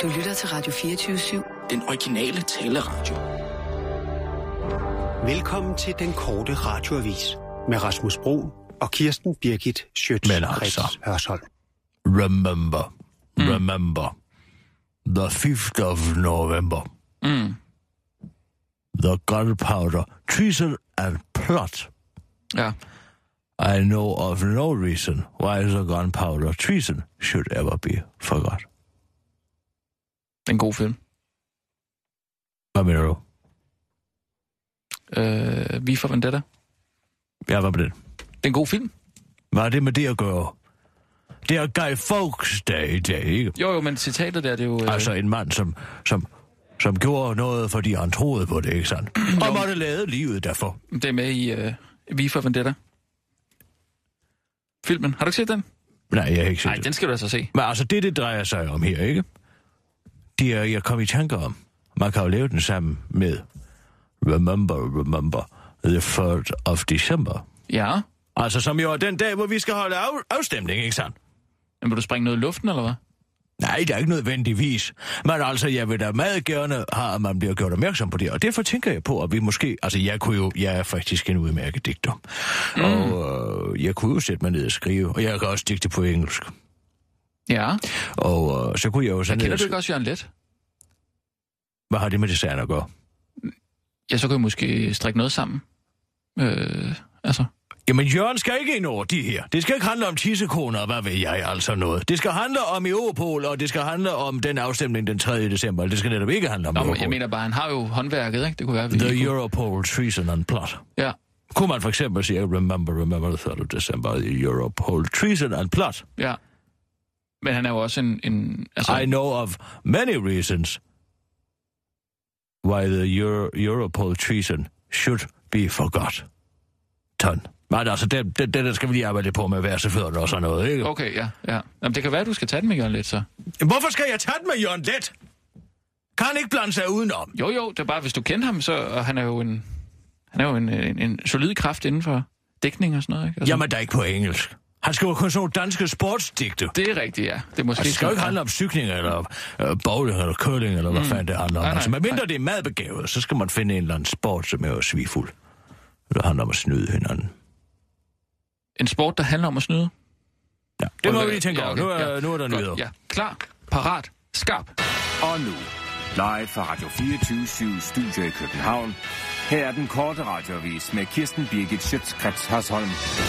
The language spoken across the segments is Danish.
Du lytter til Radio 24/7. Den originale taleradio. Velkommen til den korte radioavis med Rasmus Bro og Kirsten Birgit Schøtz-Krets Hørsholm. Remember. The 5th of November. The gunpowder treason and plot. Ja. I know of no reason why the gunpowder treason should ever be forgot. En god film. Hvad mener du? Vi for Vendetta. Ja, hvad med det? Det er en god film. Hvad er det med det at gøre? Det er Guy Fawkes dag i dag, ikke? Jo, men citatet der, det er jo... Altså en mand, som gjorde noget, fordi han troede på det, ikke sandt? Og måtte lade livet derfor. Det er med i Vi for Vendetta. Filmen. Har du ikke set den? Nej, jeg har ikke set Nej, den skal du altså se. Men altså, det drejer sig om her, ikke? Jeg kom i tanke om. Man kan jo lave den sammen med Remember, the 3rd of December. Ja. Altså, som jo er den dag, hvor vi skal holde afstemning, ikke sandt? Men vil du springe noget i luften, eller hvad? Nej, det er ikke nødvendigvis. Men altså, jeg vil da meget gerne have, at man bliver gjort opmærksom på det. Og derfor tænker jeg på, at vi måske... Altså, jeg er faktisk en udmærket digter. Og jeg kunne jo sætte mig ned og skrive. Og jeg kan også digte på engelsk. Ja. Og så kunne jeg jo... Kender du ikke også Jørgen Leth? Hvad har det med design at gøre? Ja, så kan vi måske strikke noget sammen. Altså... Jamen, Jørgen skal ikke ind over de her. Det skal ikke handle om tissekoner, og hvad ved jeg, altså noget. Det skal handle om Europol, og det skal handle om den afstemning den 3. december. Det skal netop ikke handle om Europol. Jeg mener bare, han har jo håndværket, ikke? Det kunne være... The Europol treason and plot. Ja. Kunne man for eksempel sige, remember the 3rd of December, the Europol treason and plot. Ja. Men han er jo også en altså... I know of many reasons why the Europol treason should be forgot. Men altså, det skal vi lige arbejde på med værsefødderne og sådan noget, ikke? Okay, ja. Jamen, det kan være, at du skal tage den med Jørgen Leth, så. Hvorfor skal jeg tage den med Jørgen Leth? Kan han ikke blande sig udenom? Jo, det er bare, hvis du kender ham, så og han er jo en solid kraft inden for dækning og sådan noget, ikke? Altså... Jamen, der er ikke på engelsk. Han skriver kun sådan nogle danske sportsdigte. Det er rigtigt, ja. Det, måske skal jo ikke handle om cykling, eller bowling, eller curling, eller hvad fanden det handler om. Altså, medmindre det er madbegavet, så skal man finde en eller anden sport, som er svigfuld. Det handler om at snyde hinanden. En sport, der handler om at snyde? Ja, det må vi lige tænke over. Nu er der nyheder. Ja, klar, parat, skarp. Og nu, live fra Radio 24/7 Studio i København. Her er den korte radioavis med Kirsten Birgit Schøtz-Krets Hørsholm.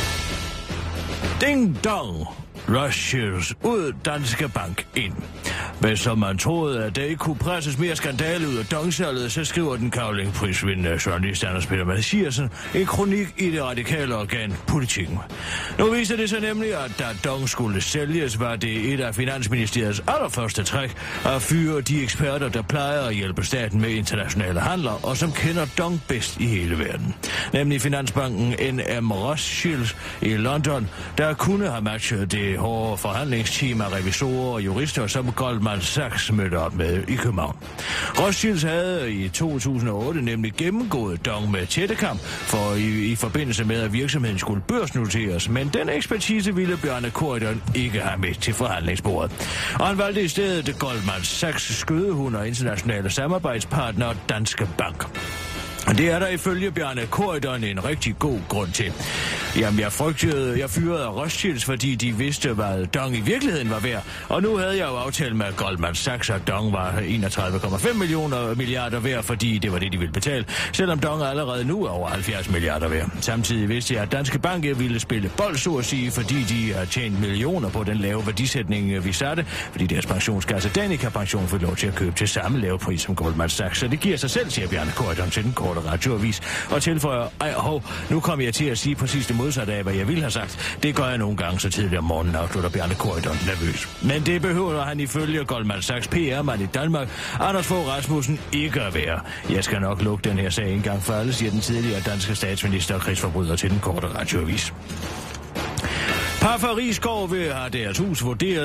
Ding dong! Rushes ud Danske Bank ind. Men som man troede, at det ikke kunne presses mere skandale ud af dongsalget, så skriver den Kavling-prisvindende journalist Anders Peter Mathiasen en kronik i det radikale organ Politikken. Nu viser det sig nemlig, at da dong skulle sælges, var det et af Finansministeriets allerførste træk at fyre de eksperter, der plejer at hjælpe staten med internationale handler, og som kender dong bedst i hele verden. Nemlig Finansbanken NM Rothschild i London, der kunne have matchet det hårde forhandlingsteam af revisorer og jurister, som Goldman Sachs mødte op med i København. Rothschild havde i 2008 nemlig gennemgået dong med tættekamp i forbindelse med, at virksomheden skulle børsnoteres, men den ekspertise ville Bjarne Corydon ikke have med til forhandlingsbordet. Og han valgte i stedet Goldman Sachs skødehund og internationale samarbejdspartner Danske Bank. Det er der ifølge Bjarne Corydon en rigtig god grund til. Jamen, jeg fyrede Rothschilds, fordi de vidste, hvad dong i virkeligheden var værd. Og nu havde jeg jo aftalt med Goldman Sachs, at dong var 31,5 milliarder værd, fordi det var det, de ville betale. Selvom dong allerede nu er over 70 milliarder værd. Samtidig vidste jeg, at Danske Bank ville spille bold, så at sige, fordi de har tjent millioner på den lave værdisætning, vi satte. Fordi deres pensionskasse Danica Pension fik lov til at købe til samme lave pris som Goldman Sachs. Så det giver sig selv, siger Bjarne Corydon til den korte radioavis. Og tilføjer, nu kom jeg til at sige præcis det modsatte af, hvad jeg ville have sagt. Det gør jeg nogle gange så tidligere om morgenen, afslutter Bjarne Corydon nervøs. Men det behøver han ifølge Goldman Sachs PR-mand i Danmark, Anders Fogh Rasmussen, ikke at være. Jeg skal nok lukke den her sag en gang for alle, siger den tidligere danske statsminister og krigsforbryder til den korte radioavis. Par fra Risskov vil have deres hus vurderet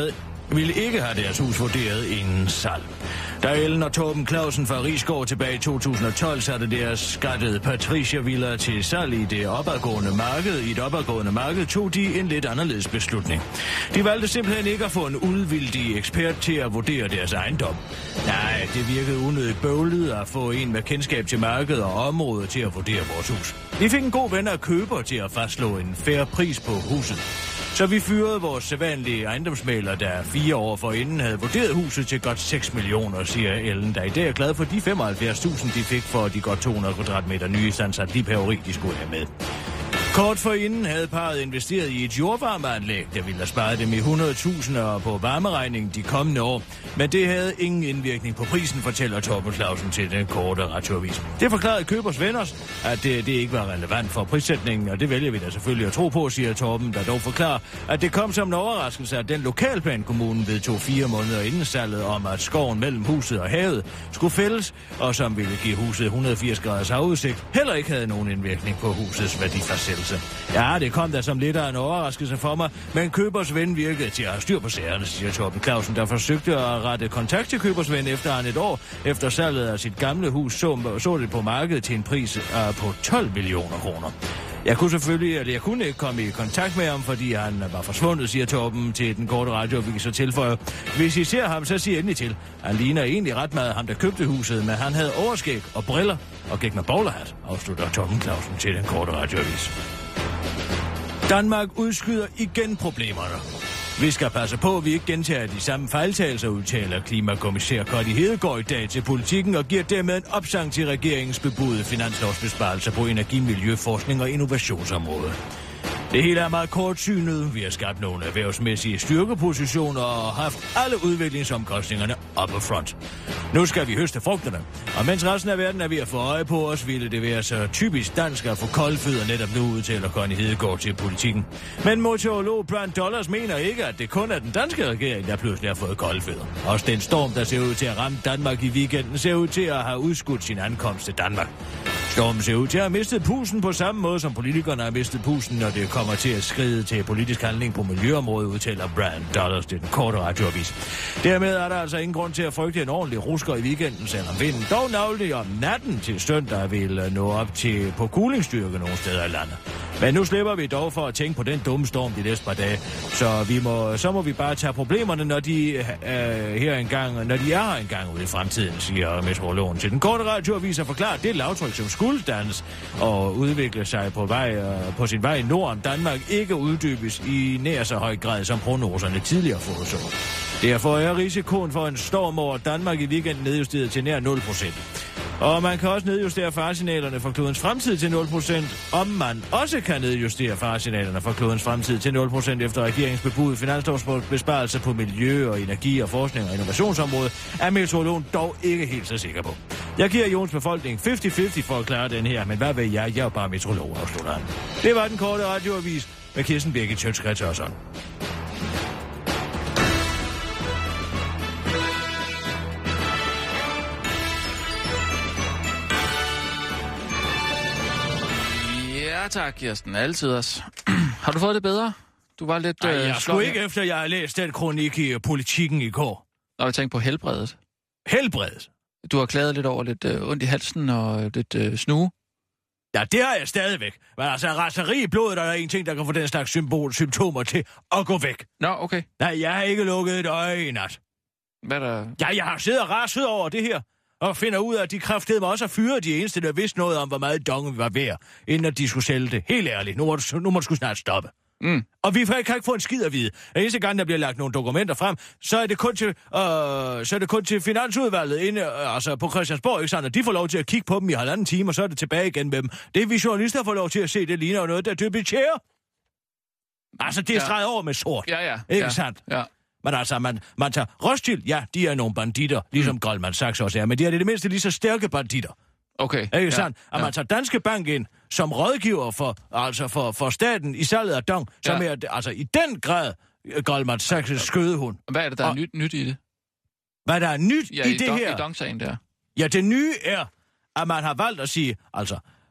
ville ikke have deres hus vurderet inden salg. Da Ellen og Torben Clausen fra Risgaard tilbage i 2012 satte deres skattede Patricia-villa til salg i et opadgående marked, tog de en lidt anderledes beslutning. De valgte simpelthen ikke at få en udvildig ekspert til at vurdere deres ejendom. Nej, det virkede unødigt bøvlet at få en med kendskab til markedet og området til at vurdere vores hus. Vi fik en god ven af køber til at fastslå en fair pris på huset. Så vi fyrede vores sædvanlige ejendomsmægler, der 4 år forinden havde vurderet huset til godt 6 millioner, siger Ellen, der i dag er glad for de 75.000, de fik for de godt 200 kvadratmeter nye satellit de skulle have med. Kort forinden havde parret investeret i et jordvarmeanlæg, der ville have sparet dem i 100.000 på varmeregningen de kommende år. Men det havde ingen indvirkning på prisen, fortæller Torben Clausen til den korte radioavis. Det forklarede købers venner, at det ikke var relevant for prissætningen, og det vælger vi da selvfølgelig at tro på, siger Torben, der dog forklarer, at det kom som en overraskelse, at den lokalplankommunen vedtog 4 måneder inden salget om, at skoven mellem huset og havet skulle fældes, og som ville give huset 180 graders havudsigt, heller ikke havde nogen indvirkning på husets værdifastsættelse. Ja, det kom da som lidt af en overraskelse for mig, men købers ven virkede til at have styr på sagerne, siger Torben Clausen, der forsøgte at rette kontakt til købers ven efter han et år efter salget af sit gamle hus så det på markedet til en pris på 12 millioner kroner. Jeg kunne ikke komme i kontakt med ham, fordi han var forsvundet, siger Torben til den korte radioavis og tilføjer. Hvis I ser ham, så sig endelig til. Han ligner egentlig ret meget ham, der købte huset, men han havde overskæg og briller og gik med bowlerhat, afslutter Torben Clausen til den korte radioavis. Danmark udskyder igen problemerne. Vi skal passe på, at vi ikke gentager de samme fejltagelser, udtaler klimakommissær Connie Hedegaard i dag til Politikken og giver dermed en opsang til regeringens bebudede finanslovsbesparelser på energi, miljø, forskning og innovationsområdet. Det hele er meget kortsynet. Vi har skabt nogle erhvervsmæssige styrkepositioner og haft alle udviklingsomkostningerne up front. Nu skal vi høste frugterne. Og mens resten af verden er ved at få øje på os, ville det være så typisk dansk at få koldfødder netop nu, udtaler Connie Hedegaard til Politikken. Men meteorolog Brand Dollars mener ikke, at det kun er den danske regering, der pludselig har fået koldfødder. Også den storm, der ser ud til at ramme Danmark i weekenden, ser ud til at have udskudt sin ankomst til Danmark. Stormen ser ud til at have mistet pusten på samme måde, som politikerne har mistet pusten, når det kommer til at skride til politisk handling på miljøområdet, udtaler Brand Dollars til den korte radioavis. Dermed er der altså ingen grund til at frygte en ordentlig rusker i weekenden, selvom vinden dog navnlig om natten til søndag vil nå op til på kulingsstyrke nogle steder i landet. Men nu slipper vi dog for at tænke på den dumme storm de næste par dage, så må vi bare tage problemerne, når de er her engang ude i fremtiden, siger meteorologen til den korte radioavis og forklarer, at det lavtryk, som skulle dannes og udvikle sig på sin vej i nord om Danmark, ikke uddybes i nær så høj grad, som prognoserne tidligere forudså. Derfor er risikoen for en storm over Danmark i weekenden nedjusteret til nær 0%. Og man kan også nedjustere faresignalerne for klodens fremtid til 0%, om man også kan nedjustere faresignalerne for klodens fremtid til 0% efter regeringens bebudede finanslovsbesparelser på miljø og energi og forskning og innovationsområdet, er meteorologen dog ikke helt så sikker på. Jeg giver Jons befolkning 50-50 for at klare den her, men hvad ved jeg? Jeg er bare meteorolog, afslutter han. Det var den korte radioavis med Kirsten Birgit Schøtz-Krets Hørsholm. Ja tak, Kirsten. Altid også. Har du fået det bedre? Du var lidt... Nej, jeg skulle ikke efter, jeg har læst den kronik i Politikken i går. Når vi tænker på helbredet. Helbredet? Du har klaget lidt over lidt ondt i halsen og lidt snue. Ja, det har jeg stadigvæk. Men altså, raseri i blodet er en ting, der kan få den slags symptomer til at gå væk. Nå, okay. Nej, jeg har ikke lukket et øje i nat. Hvad der... Ja, jeg har siddet og raset over det her. Og finder ud af, at de kraftedeme også har fyret de eneste, der vidste noget om, hvor meget dongen var værd, inden at de skulle sælge det. Helt ærligt, nu må du sgu snart stoppe. Mm. Og vi kan ikke få en skid at vide. Den eneste gang, der bliver lagt nogle dokumenter frem, så er det kun til Finansudvalget inde, altså på Christiansborg, ikke sådan, at de får lov til at kigge på dem i 1,5 time, og så er det tilbage igen med dem. Det vi journalister får lov til at se, det ligner jo noget, der er dybt i tjære. Altså, det er streget over med sort. Ja. Ikke sandt? Ja. Men altså, man tager Rothschild, ja, de er nogle banditter, ligesom Goldman Sachs også er, men de er det mindste lige så stærke banditter. Okay. Ikke sandt? At man tager Danske Bank ind som rådgiver for staten i salget af dong, som er altså i den grad Goldman Sachs' skødehund. Hvad er det, der er nyt i det? Hvad der er nyt i det her? I dong-sagen der. Ja, det nye er, at man har valgt at sige, altså,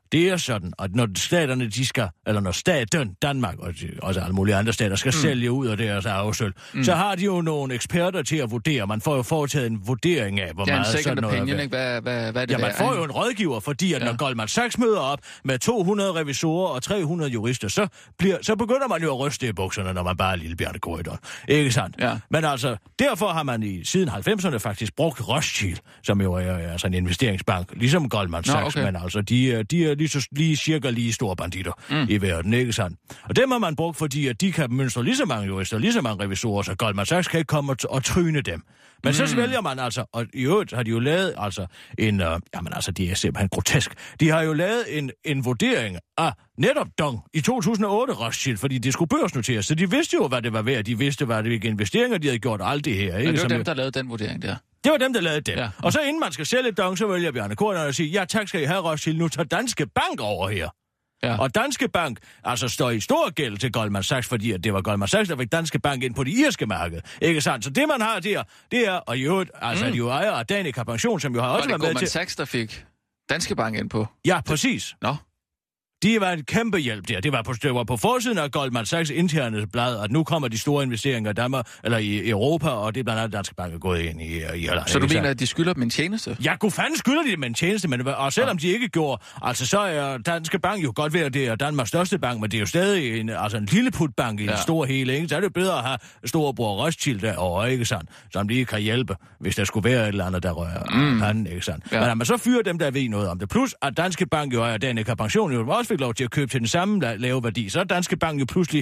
Det er sådan, at når staterne, når staten, Danmark og også alle mulige andre stater, skal sælge ud af deres arvesølv, så har de jo nogle eksperter til at vurdere. Man får jo foretaget en vurdering af, hvor meget sådan noget opinion, ikke? Hvad er det ja, man får jo en rådgiver, fordi at når Goldman Sachs møder op med 200 revisorer og 300 jurister, så begynder man jo at ryste i bukserne, når man bare er lille Bjarne Corydon. Ikke sandt? Ja. Men altså, derfor har man siden 90'erne faktisk brugt Rothschild, som jo er altså en investeringsbank, ligesom Goldman Sachs, men altså, de er lige cirka lige store banditter i verden, ikke sandt? Og dem har man brugt, fordi at de kan mønstre lige så mange jurister, lige så mange revisorer, så Goldman Sachs kan ikke komme og tryne dem. Men så vælger man altså, og i øvrigt har de jo lavet altså en, det er simpelthen grotesk, de har jo lavet en vurdering af netop Dong i 2008, Rothschild, fordi det skulle børsnoteres, så de vidste jo, hvad det var værd, de vidste, hvilke investeringer de havde gjort, alt det her. Ikke? Men det var dem, der lavede den vurdering der. Det var dem, der lavede den. Ja. Og så inden man skal sælge Dong, så vælger Bjarne Corydon og sige, ja tak skal I have, Rothschild, nu tager Danske Bank over her. Ja. Og Danske Bank altså står i stor gæld til Goldman Sachs, fordi at det var Goldman Sachs, der fik Danske Bank ind på det irske marked. Ikke sandt? Så det, man har der, det er, og i øvrigt, altså de jo ejer af Danica Pension, som jo har også været med til... Var det Goldman Sachs, der fik Danske Bank ind på? Ja, præcis. Nå. De var en kæmpe hjælp der. Det var på forsiden af Goldman Sachs interne blad, at nu kommer de store investeringer i Danmark, eller i Europa, og det er blandt andet Danske Bank er gået ind i Irland. Så du mener, at de skylder dem en tjeneste? Ja, god fanden skylder de dem en tjeneste, men og selvom de ikke gjorde, altså så er Danske Bank jo godt ved, at det er Danmarks største bank, men det er jo stadig en lille putbank i en stor hele, ikke? Så er det jo bedre at have storebror Rothschild derovre, ikke sandt? Som lige kan hjælpe, hvis der skulle være et eller andet, der rører panden, ikke sandt? Ja. Men at man så fyrer dem, der ved noget om det. Plus, at Danske Bank jo er Danica Pension, jo også fik lov til at købe til den samme lave værdi, så er Danske Bank jo pludselig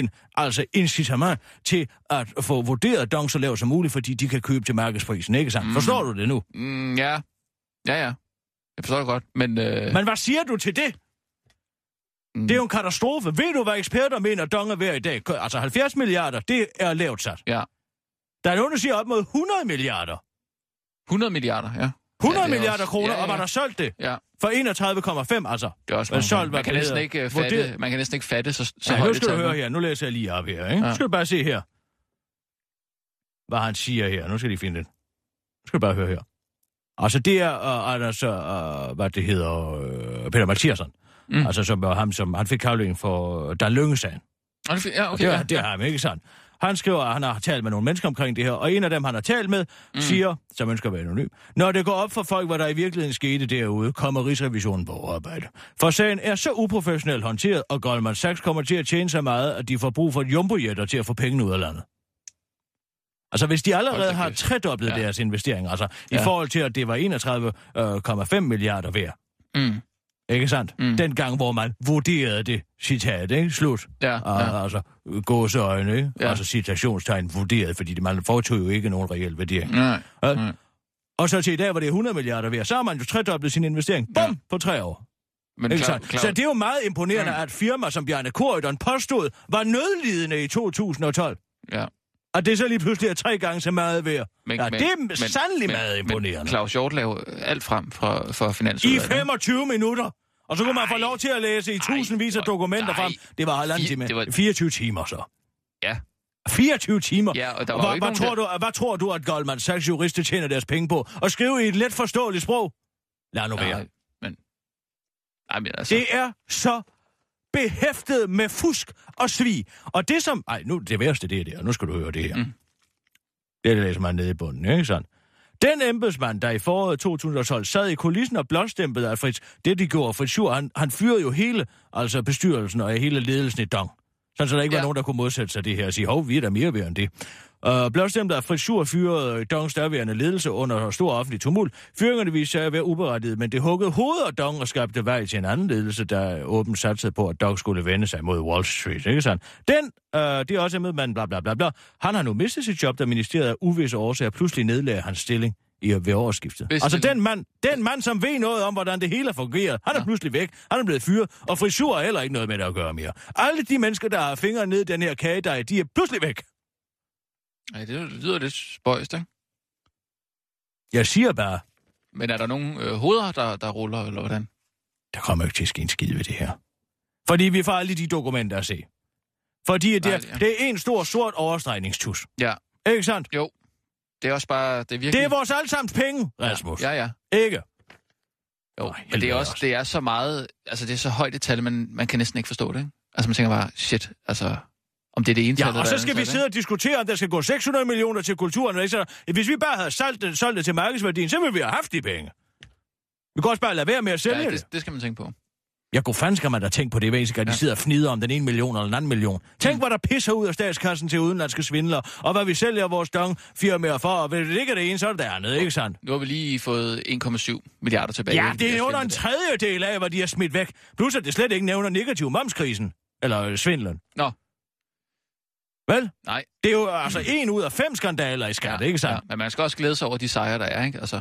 incitament til at få vurderet Dong så lavt som muligt, fordi de kan købe til markedsprisen, ikke sandt? Forstår du det nu? Ja. Jeg forstår det godt, men... Men hvad siger du til det? Det er jo en katastrofe. Ved du, hvad eksperter mener, Dong er værd i dag? Altså 70 milliarder, det er lavt sat. Ja. Der er nogen, der siger op mod 100 milliarder. 100 milliarder, ja. 100 milliarder kroner, og man har solgt det for 31,5, altså. Det er også man kan næsten ikke fatte, man kan næsten ikke fatte så højt. Nu skal du høre her, nu læser jeg lige op her, ikke? Nu skal du bare se her, hvad han siger her. Nu skal de finde det. Nu skal du bare høre her. Altså det er, hvad det hedder, Peter Mathiasen. Altså som var ham, som han fik kavlingen for Dan Lynge-sagen. Ja, okay. Det er ham, ikke sandt? Han skriver, at han har talt med nogle mennesker omkring det her, og en af dem, han har talt med, siger, som ønsker at være anonym, når det går op for folk, hvad der i virkeligheden skete derude, kommer Rigsrevisionen på overarbejde. For sagen er så uprofessionelt håndteret, og Goldman Sachs kommer til at tjene så meget, at de får brug for et jumbojetter til at få pengene ud af landet. Altså, hvis de allerede har tredoblet deres investeringer, altså i forhold til, at det var 31,5 milliarder værd. Ikke sandt? Den gang, hvor man vurderede det, citat, ikke? Slut. Altså, gåseøjne, ikke? Altså citationstegn vurderet, fordi man foretog jo ikke nogen reel vurdering. Og så til i dag, hvor det er 100 milliarder værd, så har man jo tredoblet sin investering. Bum! På 3 år. Men så det er jo meget imponerende, at firma som Bjarne Corydon påstod, var nødlidende i 2012. Ja. Og det er så lige pludselig er 3 gange så meget værd. Det er sandelig meget imponerende. Men Claus Hjort lavede alt frem for Finansudvalget. I 25 minutter. Og så kunne man få lov til at læse i tusindvis af dokumenter frem. Det var halvanden time. 24 timer så. Ja. 24 timer. Ja, og der var hvad tror du, at Goldman Sachs jurister tjener deres penge på? Og skrive i et let forståeligt sprog? Lad nu være. Men altså... Det er så behæftet med fusk og svig. Og det som... nu det værste, det er det, og nu skal du høre det her. Det læser man nede i bunden, ikke sådan? Den embedsmand, der i foråret 2012 sad i kulissen og blåstempede af Fritz, det de gjorde, Fritz Schur, han fyrede jo hele bestyrelsen og hele ledelsen i Dong. Sådan så der ikke var nogen, der kunne modsætte sig det her og sige, hov, vi er da mere værd end det. Blåstemplet af Fritz Schur fyrede Dongs derværende ledelse under stor offentlig tumult. Fyringerne viste sig at være uberettiget, men det huggede hovedet af Dong og skabte vej til en anden ledelse, der åbent satsede på, at Dong skulle vende sig mod Wall Street. Ikke sandt? Det er også embedsmanden, bla bla bla bla. Han har nu mistet sit job, da ministeriet af uvisse årsager pludselig nedlagde hans stilling ved årsskiftet. Altså den mand, som ved noget om, hvordan det hele fungerer, han er pludselig væk. Han er blevet fyret, og Fritz Schur har heller ikke noget med det at gøre mere. Alle de mennesker, der har fingre ned i den her kagedej, de er pludselig væk. Nej, det lyder lidt spøjst, ikke? Jeg siger bare... Men er der nogen hoveder, der ruller, eller hvordan? Der kommer ikke til at ske en skid ved det her. Fordi vi får alle de dokumenter at se. Fordi det er en stor sort overstregningstus. Ja. Ikke sandt? Jo. Det er også bare... Det er vores allesammens penge, Rasmus. Ja. Ikke? Jo, men det er også, det er så meget, altså det er så højt et tal, man kan næsten ikke forstå det, ikke? Altså man tænker bare, shit, altså, om det er det ene tal, og så skal vi sidde og diskutere, om der skal gå 600 millioner til kulturen, eller ikke? Hvis vi bare havde solgt det til markedsværdien, så ville vi have haft de penge. Vi kan også bare lade være med at sælge det. Det skal man tænke på. Ja, god fanden skal man da tænke på det, hver gang de sidder og fnider om den 1 million eller den anden million. Tænk, hvad der pisser ud af statskassen til udenlandske svindlere, og hvad vi sælger vores dongfirmaer for, og hvis det ikke er det ene, så er det det andet, ikke sandt? Nu har vi lige fået 1,7 milliarder tilbage. Ja, det er under en tredjedel af, hvad de har smidt væk. Plus at det slet ikke nævner negativ momskrisen. Eller svindlen. Nå. Vel? Nej. Det er jo altså 1 ud af 5 skandaler i skat, ikke sandt? Ja, men man skal også glæde sig over de sejre, der er, ikke? Altså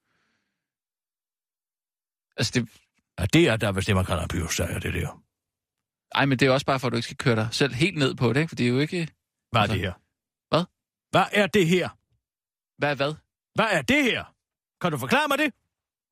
det... Ja, det er der, hvis det man kalder en byrådssejr, det der. Ej, men det er også bare for, at du ikke skal køre dig selv helt ned på det, ikke? For det er jo ikke... Hvad er det her? Hvad? Hvad er det her? Hvad er hvad? Hvad er det her? Kan du forklare mig det?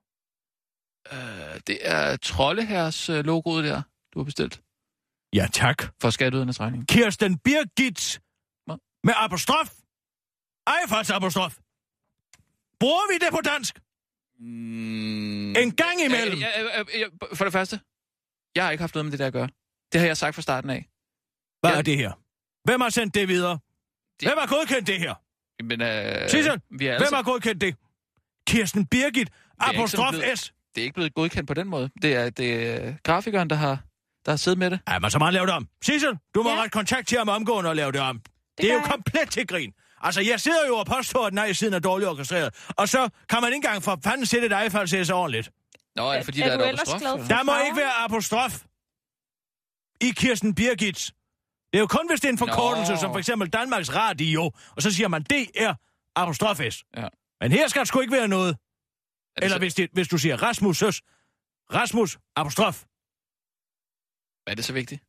Det er Troldeherres logoet der, du har bestilt. Ja, tak. For skatteydernes regning. Kirsten Birgit. Med apostrof. Ejefaldsapostrof. Bruger vi det på dansk? En gang imellem. For det første, jeg har ikke haft noget med det der at gøre. Det har jeg sagt fra starten af. Hvad er det her? Hvem har sendt det videre? Hvem har godkendt det her? Men, Sissel, hvem har godkendt det? Kirsten Birgit, apostrof S. Det er ikke blevet godkendt på den måde. Det er grafikeren, der har siddet med det. Ja, men så må han lave det om. Sissel, du må ret kontakt til ham omgående og lave det om. Det er jo komplet til grin. Altså, jeg sidder jo og påstår, at nej-siden er dårligt orkestreret. Og så kan man ikke engang for fanden sætte et ejefaldsæs ordentligt. Nå, er det fordi, der er et apostrof? Der må ikke være apostrof i Kirsten Birgits. Det er jo kun, hvis det er en forkortelse, som for eksempel Danmarks Radio, og så siger man, det er apostrof S. Ja. Men her skal det sgu ikke være noget. Eller så... hvis du siger Rasmus, apostrof. Er det så vigtigt?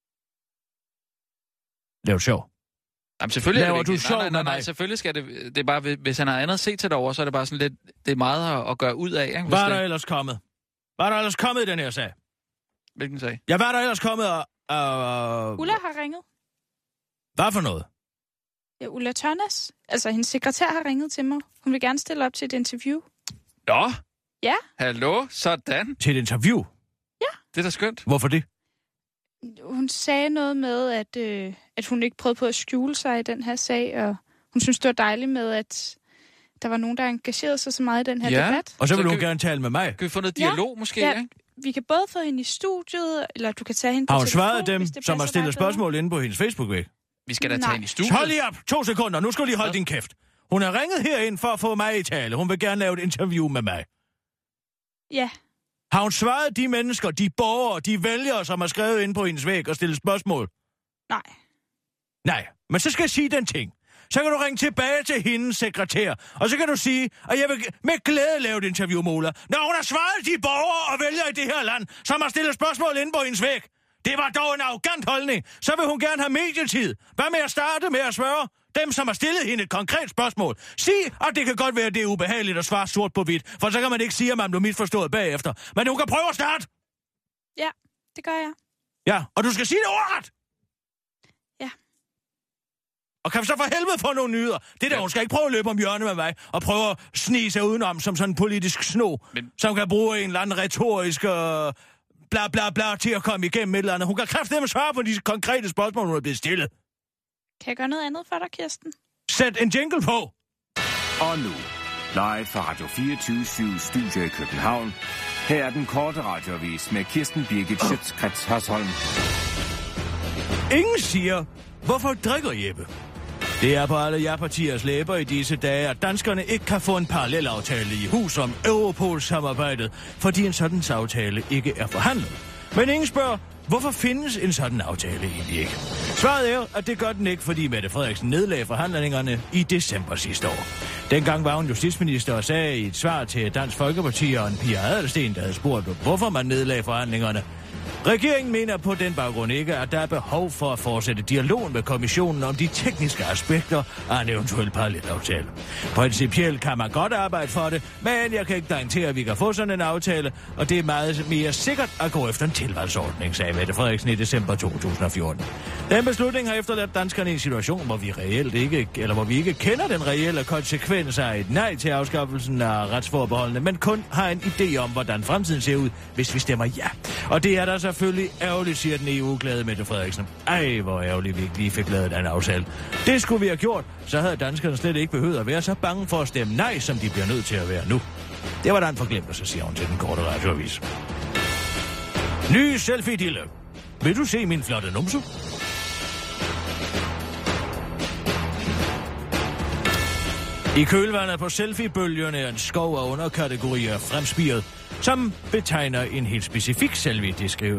Lav sjov. Jamen selvfølgelig laver er det vigtigt. Du sjov nej, selvfølgelig skal det er bare, hvis han har andet at se til derovre, så er det bare sådan lidt, det er meget at gøre ud af, ikke? Hvad er der ellers kommet? Hvad er der ellers kommet i den her sag? Hvilken sag? Ja, hvad er der ellers kommet Ulla har ringet. Hvad for noget? Ja, Ulla Tørnes. Altså, hendes sekretær har ringet til mig. Hun vil gerne stille op til et interview. Nå? Ja. Hallo? Sådan. Til et interview? Ja. Det er da skønt. Hvorfor det? Hun sagde noget med, at hun ikke prøvede på at skjule sig i den her sag, og hun synes, det var dejligt med, at der var nogen, der engagerede sig så meget i den her debat. Og så vil hun gerne tale med mig. Kan vi få noget dialog måske? Ja, vi kan både få hende i studiet, eller du kan tage hende på telefon. Har hun svaret dem, som har stillet spørgsmål inde på hendes Facebook-væg? Vi skal da tage hende i studiet. Hold lige op! 2 sekunder. Nu skal du lige holde din kæft. Hun har ringet herind for at få mig i tale. Hun vil gerne lave et interview med mig. Ja. Har hun svaret de mennesker, de borgere, de vælgere, som har skrevet inde på hendes væg og stillet spørgsmål? Nej. Nej, men så skal jeg sige den ting. Så kan du ringe tilbage til hendes sekretær, og så kan du sige, at jeg vil med glæde lave et interview med Ulla, når hun har svaret de borgere og vælgere i det her land, som har stillet spørgsmål inde på hendes væg. Det var dog en arrogant holdning. Så vil hun gerne have medietid. Hvad med at starte med at spørge dem, som har stillet hende et konkret spørgsmål? Sig, at det kan godt være, at det er ubehageligt at svare sort på hvidt, for så kan man ikke sige, at man blev misforstået bagefter. Men hun kan prøve at starte. Ja, det gør jeg. Ja, og du skal sige det ordret. Ja. Og kan vi så for helvede få nogle nyheder? Det der, hun skal ikke prøve at løbe om hjørnet med mig, og prøve at snige sig udenom som sådan en politisk sno, som kan bruge en eller anden retorisk bla bla bla til at komme igennem et eller andet. Hun kan kraftedeme svare på de konkrete spørgsmål, hun er blevet stillet. Kan jeg gøre noget andet for dig, Kirsten? Sæt en jingle på. Og nu, live fra Radio 24/7 Studio i København. Her er den korte radioavis med Kirsten Birgit Schøtz-Krets Hørsholm. Ingen siger, hvorfor drikker Jeppe? Det er på alle ja-partiers læber i disse dage, at danskerne ikke kan få en parallelaftale i hus om Europol-samarbejdet, fordi en sådan aftale ikke er forhandlet. Men ingen spørger, hvorfor findes en sådan aftale egentlig ikke? Svaret er, at det gør den ikke, fordi Mette Frederiksen nedlagde forhandlingerne i december sidste år. Dengang var hun justitsminister og sagde i et svar til Dansk Folkeparti og en Pia Adelsten, der havde spurgt, hvorfor man nedlagde forhandlingerne. Regeringen mener på den baggrund ikke, at der er behov for at fortsætte dialogen med kommissionen om de tekniske aspekter af en eventuel parallelaftale. Principielt kan man godt arbejde for det, men jeg kan ikke garantere, at vi kan få sådan en aftale, og det er meget mere sikkert at gå efter en tilvalgsordning, sagde Mette Frederiksen i december 2014. Den beslutning har efterladt danskerne i en situation, hvor vi ikke kender den reelle konsekvens af et nej til afskaffelsen af retsforbeholdene, men kun har en idé om, hvordan fremtiden ser ud, hvis vi stemmer ja. Og det er der selvfølgelig ærgerligt, siger den EU-glade Mette Frederiksen. Ej, hvor ærgerligt vi ikke lige fik lavet den aftale. Det skulle vi have gjort, så havde danskerne slet ikke behøvet at være så bange for at stemme nej, som de bliver nødt til at være nu. Det var da en forglemmelse, siger hun til den korte radioavis. Ny selfie-dille. Vil du se min flotte numse? I kølvandet på selfie-bølgerne er en skov af underkategorier fremspiret, som betegner en helt specifik selfie.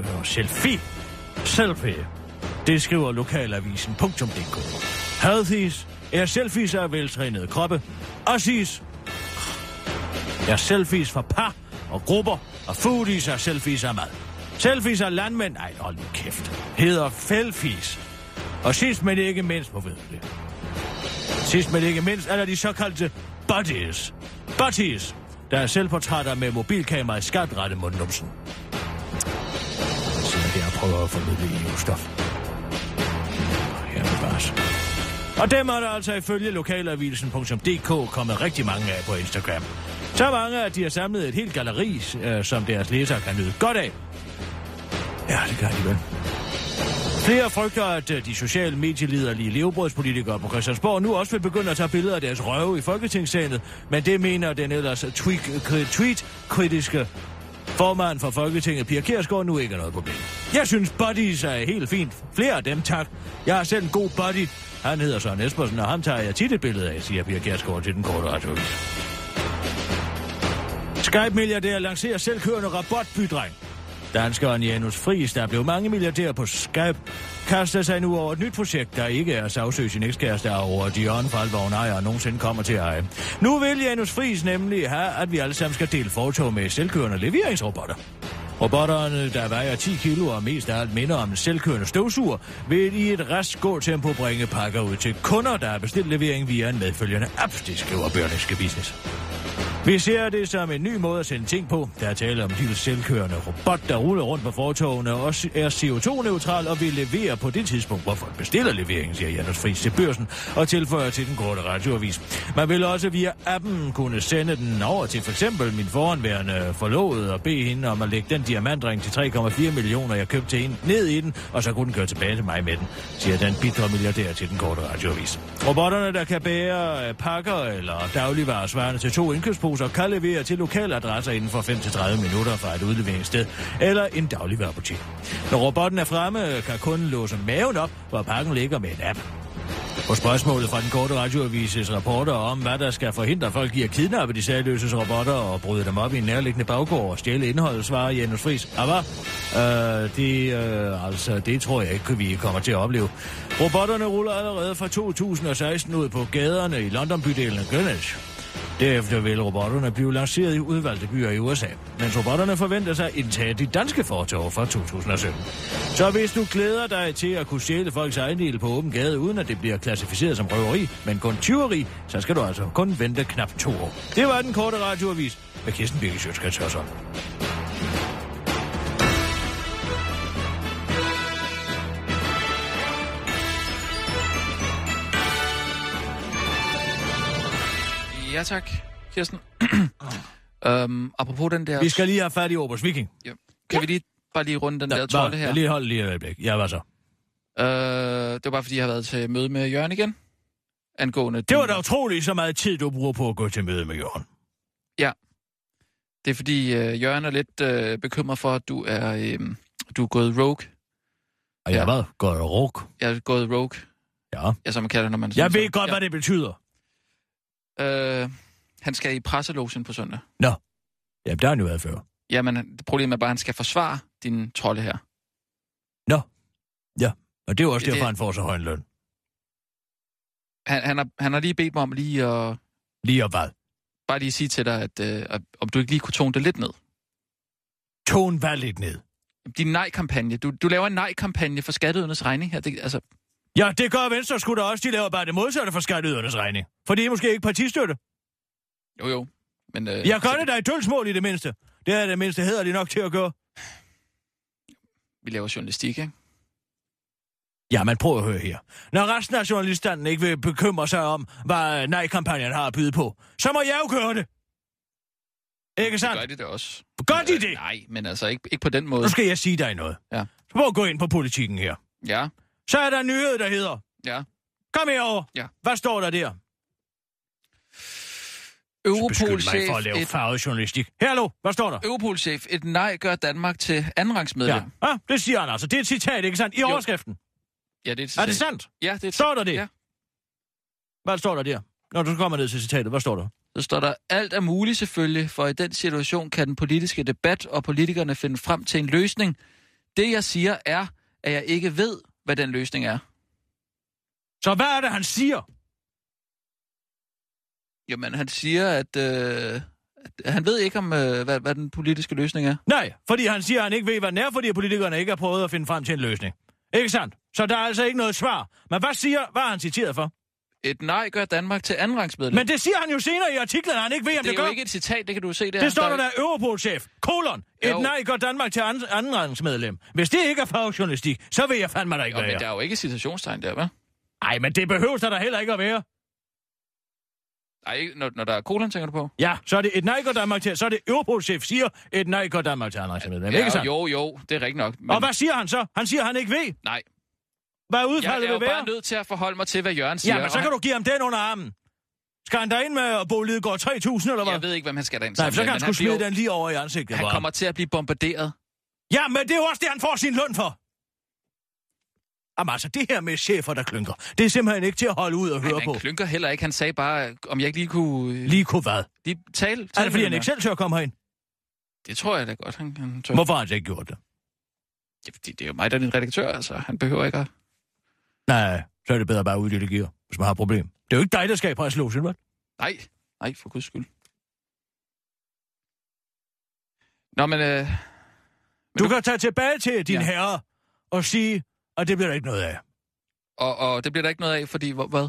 Det skriver lokalavisen.dk. Healthies er selfies af veltrænede kroppe. Aussies er selfies for par og grupper. Og foodies er selfies af mad. Selfies af landmænd, nej, hold nu kæft, hedder felfies. Og sidst men ikke mindst, hvor ved det? Sidst men ikke mindst er der de såkaldte buddies. Buddies, der er selvportrætter med mobilkamera i skarpt rette mod numsen. Så jeg prøver at formidle EU-stof. Her er bars. Og dem er der altså ifølge lokalavisen.dk kommet rigtig mange af på Instagram. Så mange, at de har samlet et helt galleri, som deres læsere kan nyde godt af. Ja, det kan de vel. Flere frygter, at de sociale medieliderlige levebrødspolitikere på Christiansborg nu også vil begynde at tage billeder af deres røve i Folketingssalen, men det mener den ellers tweet-kritiske formand for Folketinget, Pia Kjærsgaard, nu ikke er noget problem. Jeg synes, buddies er helt fint. Flere af dem, tak. Jeg har selv en god buddy. Han hedder Søren Espersen, og ham tager jeg tit et billede af, siger Pia Kjærsgaard til den korte radioavis. Skype-milliardær lancerer selvkørende robotbydreng. Danskeren Janus Friis, der blev mange milliardærer på Skype, kaster sig nu over et nyt projekt, der ikke er at sagsøge sin ekskæreste over de åndefaldvogn ejer nogensinde kommer til at eje. Nu vil Janus Friis nemlig have, at vi alle sammen skal dele fortog med selvkørende leveringsrobotter. Robotterne, der vejer 10 kilo og mest af alt minder om en selvkørende støvsuger, vil i et rask gåtempo bringe pakker ud til kunder, der har bestilt levering via en medfølgende app, det skriver Berlingske Business. Vi ser det som en ny måde at sende ting på. Der er tale om en lille selvkørende robot, der ruller rundt på fortovene og er CO2-neutral og vil levere på det tidspunkt, hvor folk bestiller leveringen, siger Janus Friis til Børsen og tilføjer til den korte radioavis. Man vil også via appen kunne sende den over til for eksempel min foranværende forlovede og bede hende om at lægge den diamantring til 3,4 millioner, jeg købte til hende, ned i den, og så kunne den køre tilbage til mig med den, siger den bitre milliardær til den korte radioavis. Robotterne, der kan bære pakker eller dagligvarer svarende til 2 indkøbsposer, kan levere til lokale adresser inden for 5-30 minutter fra et udleveringssted eller en dagligvarebutik. Når robotten er fremme, kan kunden låse maven op, hvor pakken ligger med en app. På spørgsmålet fra den korte radioavises rapporter om, hvad der skal forhindre folk i at kidnappe de sagløses robotter og bryde dem op i en nærliggende baggård og stjæle indholdet, svarer Janus Friis. Det tror jeg ikke, vi kommer til at opleve. Robotterne ruller allerede fra 2016 ud på gaderne i London-bydelen af Greenwich. Derefter vil robotterne blive lanceret i udvalgte byer i USA, mens robotterne forventer sig at indtage de danske fortov fra 2017. Så hvis du glæder dig til at kunne stjæle folks ejendele på åben gade, uden at det bliver klassificeret som røveri, men kun tyveri, så skal du altså kun vente knap 2 år. Det var den korte radioavis med Kirsten Birgit Schøtz-Krets Hørsholm. Ja tak, Kirsten. Apropos den der... Vi skal lige have fat i Oberst Viking. Ja. Kan vi lige bare lige runde den der trolde her? Lige hold lige et øjeblik. Ja, hvad så? Det var bare fordi, jeg har været til møde med Jørgen igen. Angående... Det var da utroligt så meget tid, du bruger på at gå til møde med Jørgen. Ja. Det er fordi, Jørgen er lidt bekymret for, at du er gået rogue. Og jeg hvad? Gået rogue? Jeg er gået rogue. Ja. Ja, som man kalder det, når man... Jeg ved godt, hvad det betyder. Han skal i presselogen på søndag. Nå. Jamen, der har han jo været før. Jamen, problemet er bare, at han skal forsvare din trolde her. Nå. Ja, og det er jo også derfor, han får så høj en løn. Han har lige bedt mig om lige at... Lige at hvad? Bare lige sige til dig, at om du ikke lige kunne tone det lidt ned. Tone hvad lidt ned? Din nej-kampagne. Du laver en nej-kampagne for skatteydernes regning her. Det, altså... Ja, det gør Venstre sgu da også. De laver bare det modsatte for skatteydernes regning. For det er måske ikke partistøtte. Jo. Men, jeg gør det da i dølgsmål i det mindste. Det er det mindste hæderligt nok til at gøre. Vi laver journalistik, ikke? Ja, men prøv at høre her. Når resten af journalisterne ikke vil bekymre sig om, hvad nej-kampagnen har at byde på, så må jeg jo gøre det. Ikke sandt? Gør de det også. Gør de det? Nej, men altså ikke på den måde. Nu skal jeg sige dig noget. Ja. Så prøv at gå ind på politikken her. Ja. Så er der en nyhed, der hedder... Ja. Kom herover. Ja. Hvad står der der? Europol-chef... for at lave farvet journalistik. Hallo, hvad står der? Europol-chef, et nej gør Danmark til andenrangsmedlem. Ja, det siger han altså. Det er et citat, ikke sandt? I overskriften. Ja, det er et citat. Er det sandt? Ja, det er et citat. Står der det? Ja. Hvad står der der? Når du kommer ned til citatet, hvad står der? Så står der, alt er muligt selvfølgelig, for i den situation kan den politiske debat og politikerne finde frem til en løsning. Det jeg siger er, at jeg ikke ved, hvad den løsning er. Så hvad er det, han siger? Jamen, han siger, at han ved ikke om, hvad den politiske løsning er. Nej, fordi han siger, at han ikke ved, hvad den er, fordi politikerne ikke har prøvet at finde frem til en løsning. Ikke sandt? Så der er altså ikke noget svar. Men hvad er han citeret for? Et nej gør Danmark til andenrangsmedlem. Men det siger han jo senere i artiklen, han ikke ved, om det gør. Det er jo ikke et citat, det kan du se der. Det står der Europol-chef, : et nej gør Danmark til andenrangsmedlem. Hvis det ikke er fagjournalistik, så ved jeg fandme der ikke, hvad men der er jo ikke citationstegn der, hva'? Nej, men det behøves der heller ikke at være. Nej, når der er kolon, tænker du på? Ja, så er det et nej gør Danmark til, så er det Europol-chef siger, et nej gør Danmark til andenrangsmedlem. Ikke sandt? Jo, det er rigtigt nok. Men... Og hvad siger han så? Han siger, han ikke ved. Nej. Hvad udfaldet vil være? Jeg er jo bare nødt til at forholde mig til, hvad Jørgen siger. Ja, men så kan du give ham den under armen. Skal han derind med Bo Lidegaard 3.000, eller hvad? Jeg ved ikke, hvem han skal derind. Nej, så kan han sgu smide den lige over i ansigtet. Han kommer til at blive bombarderet. Ja, men det er jo også det, han får sin løn for. Jamen altså, det her med chefer, der klynker, det er simpelthen ikke til at holde ud og høre på. Han klynker heller ikke. Han sagde bare, om jeg ikke lige kunne... Lige kunne hvad? Lige tale er det, fordi han ikke selv tør at komme herind? Det tror jeg da godt, han tør. Hvorfor har han så ikke gjort det? Ja, fordi det er jo mig, der er din redaktør, altså. Han behøver ikke at... Nej, så er det bedre bare at uddelegere, hvis man har et problem. Det er jo ikke dig, der skal i preslogen, vel? Nej, for guds skyld. Nå, men... Du kan tage tilbage til din herre og sige, at det bliver der ikke noget af. Og det bliver der ikke noget af, fordi hvad?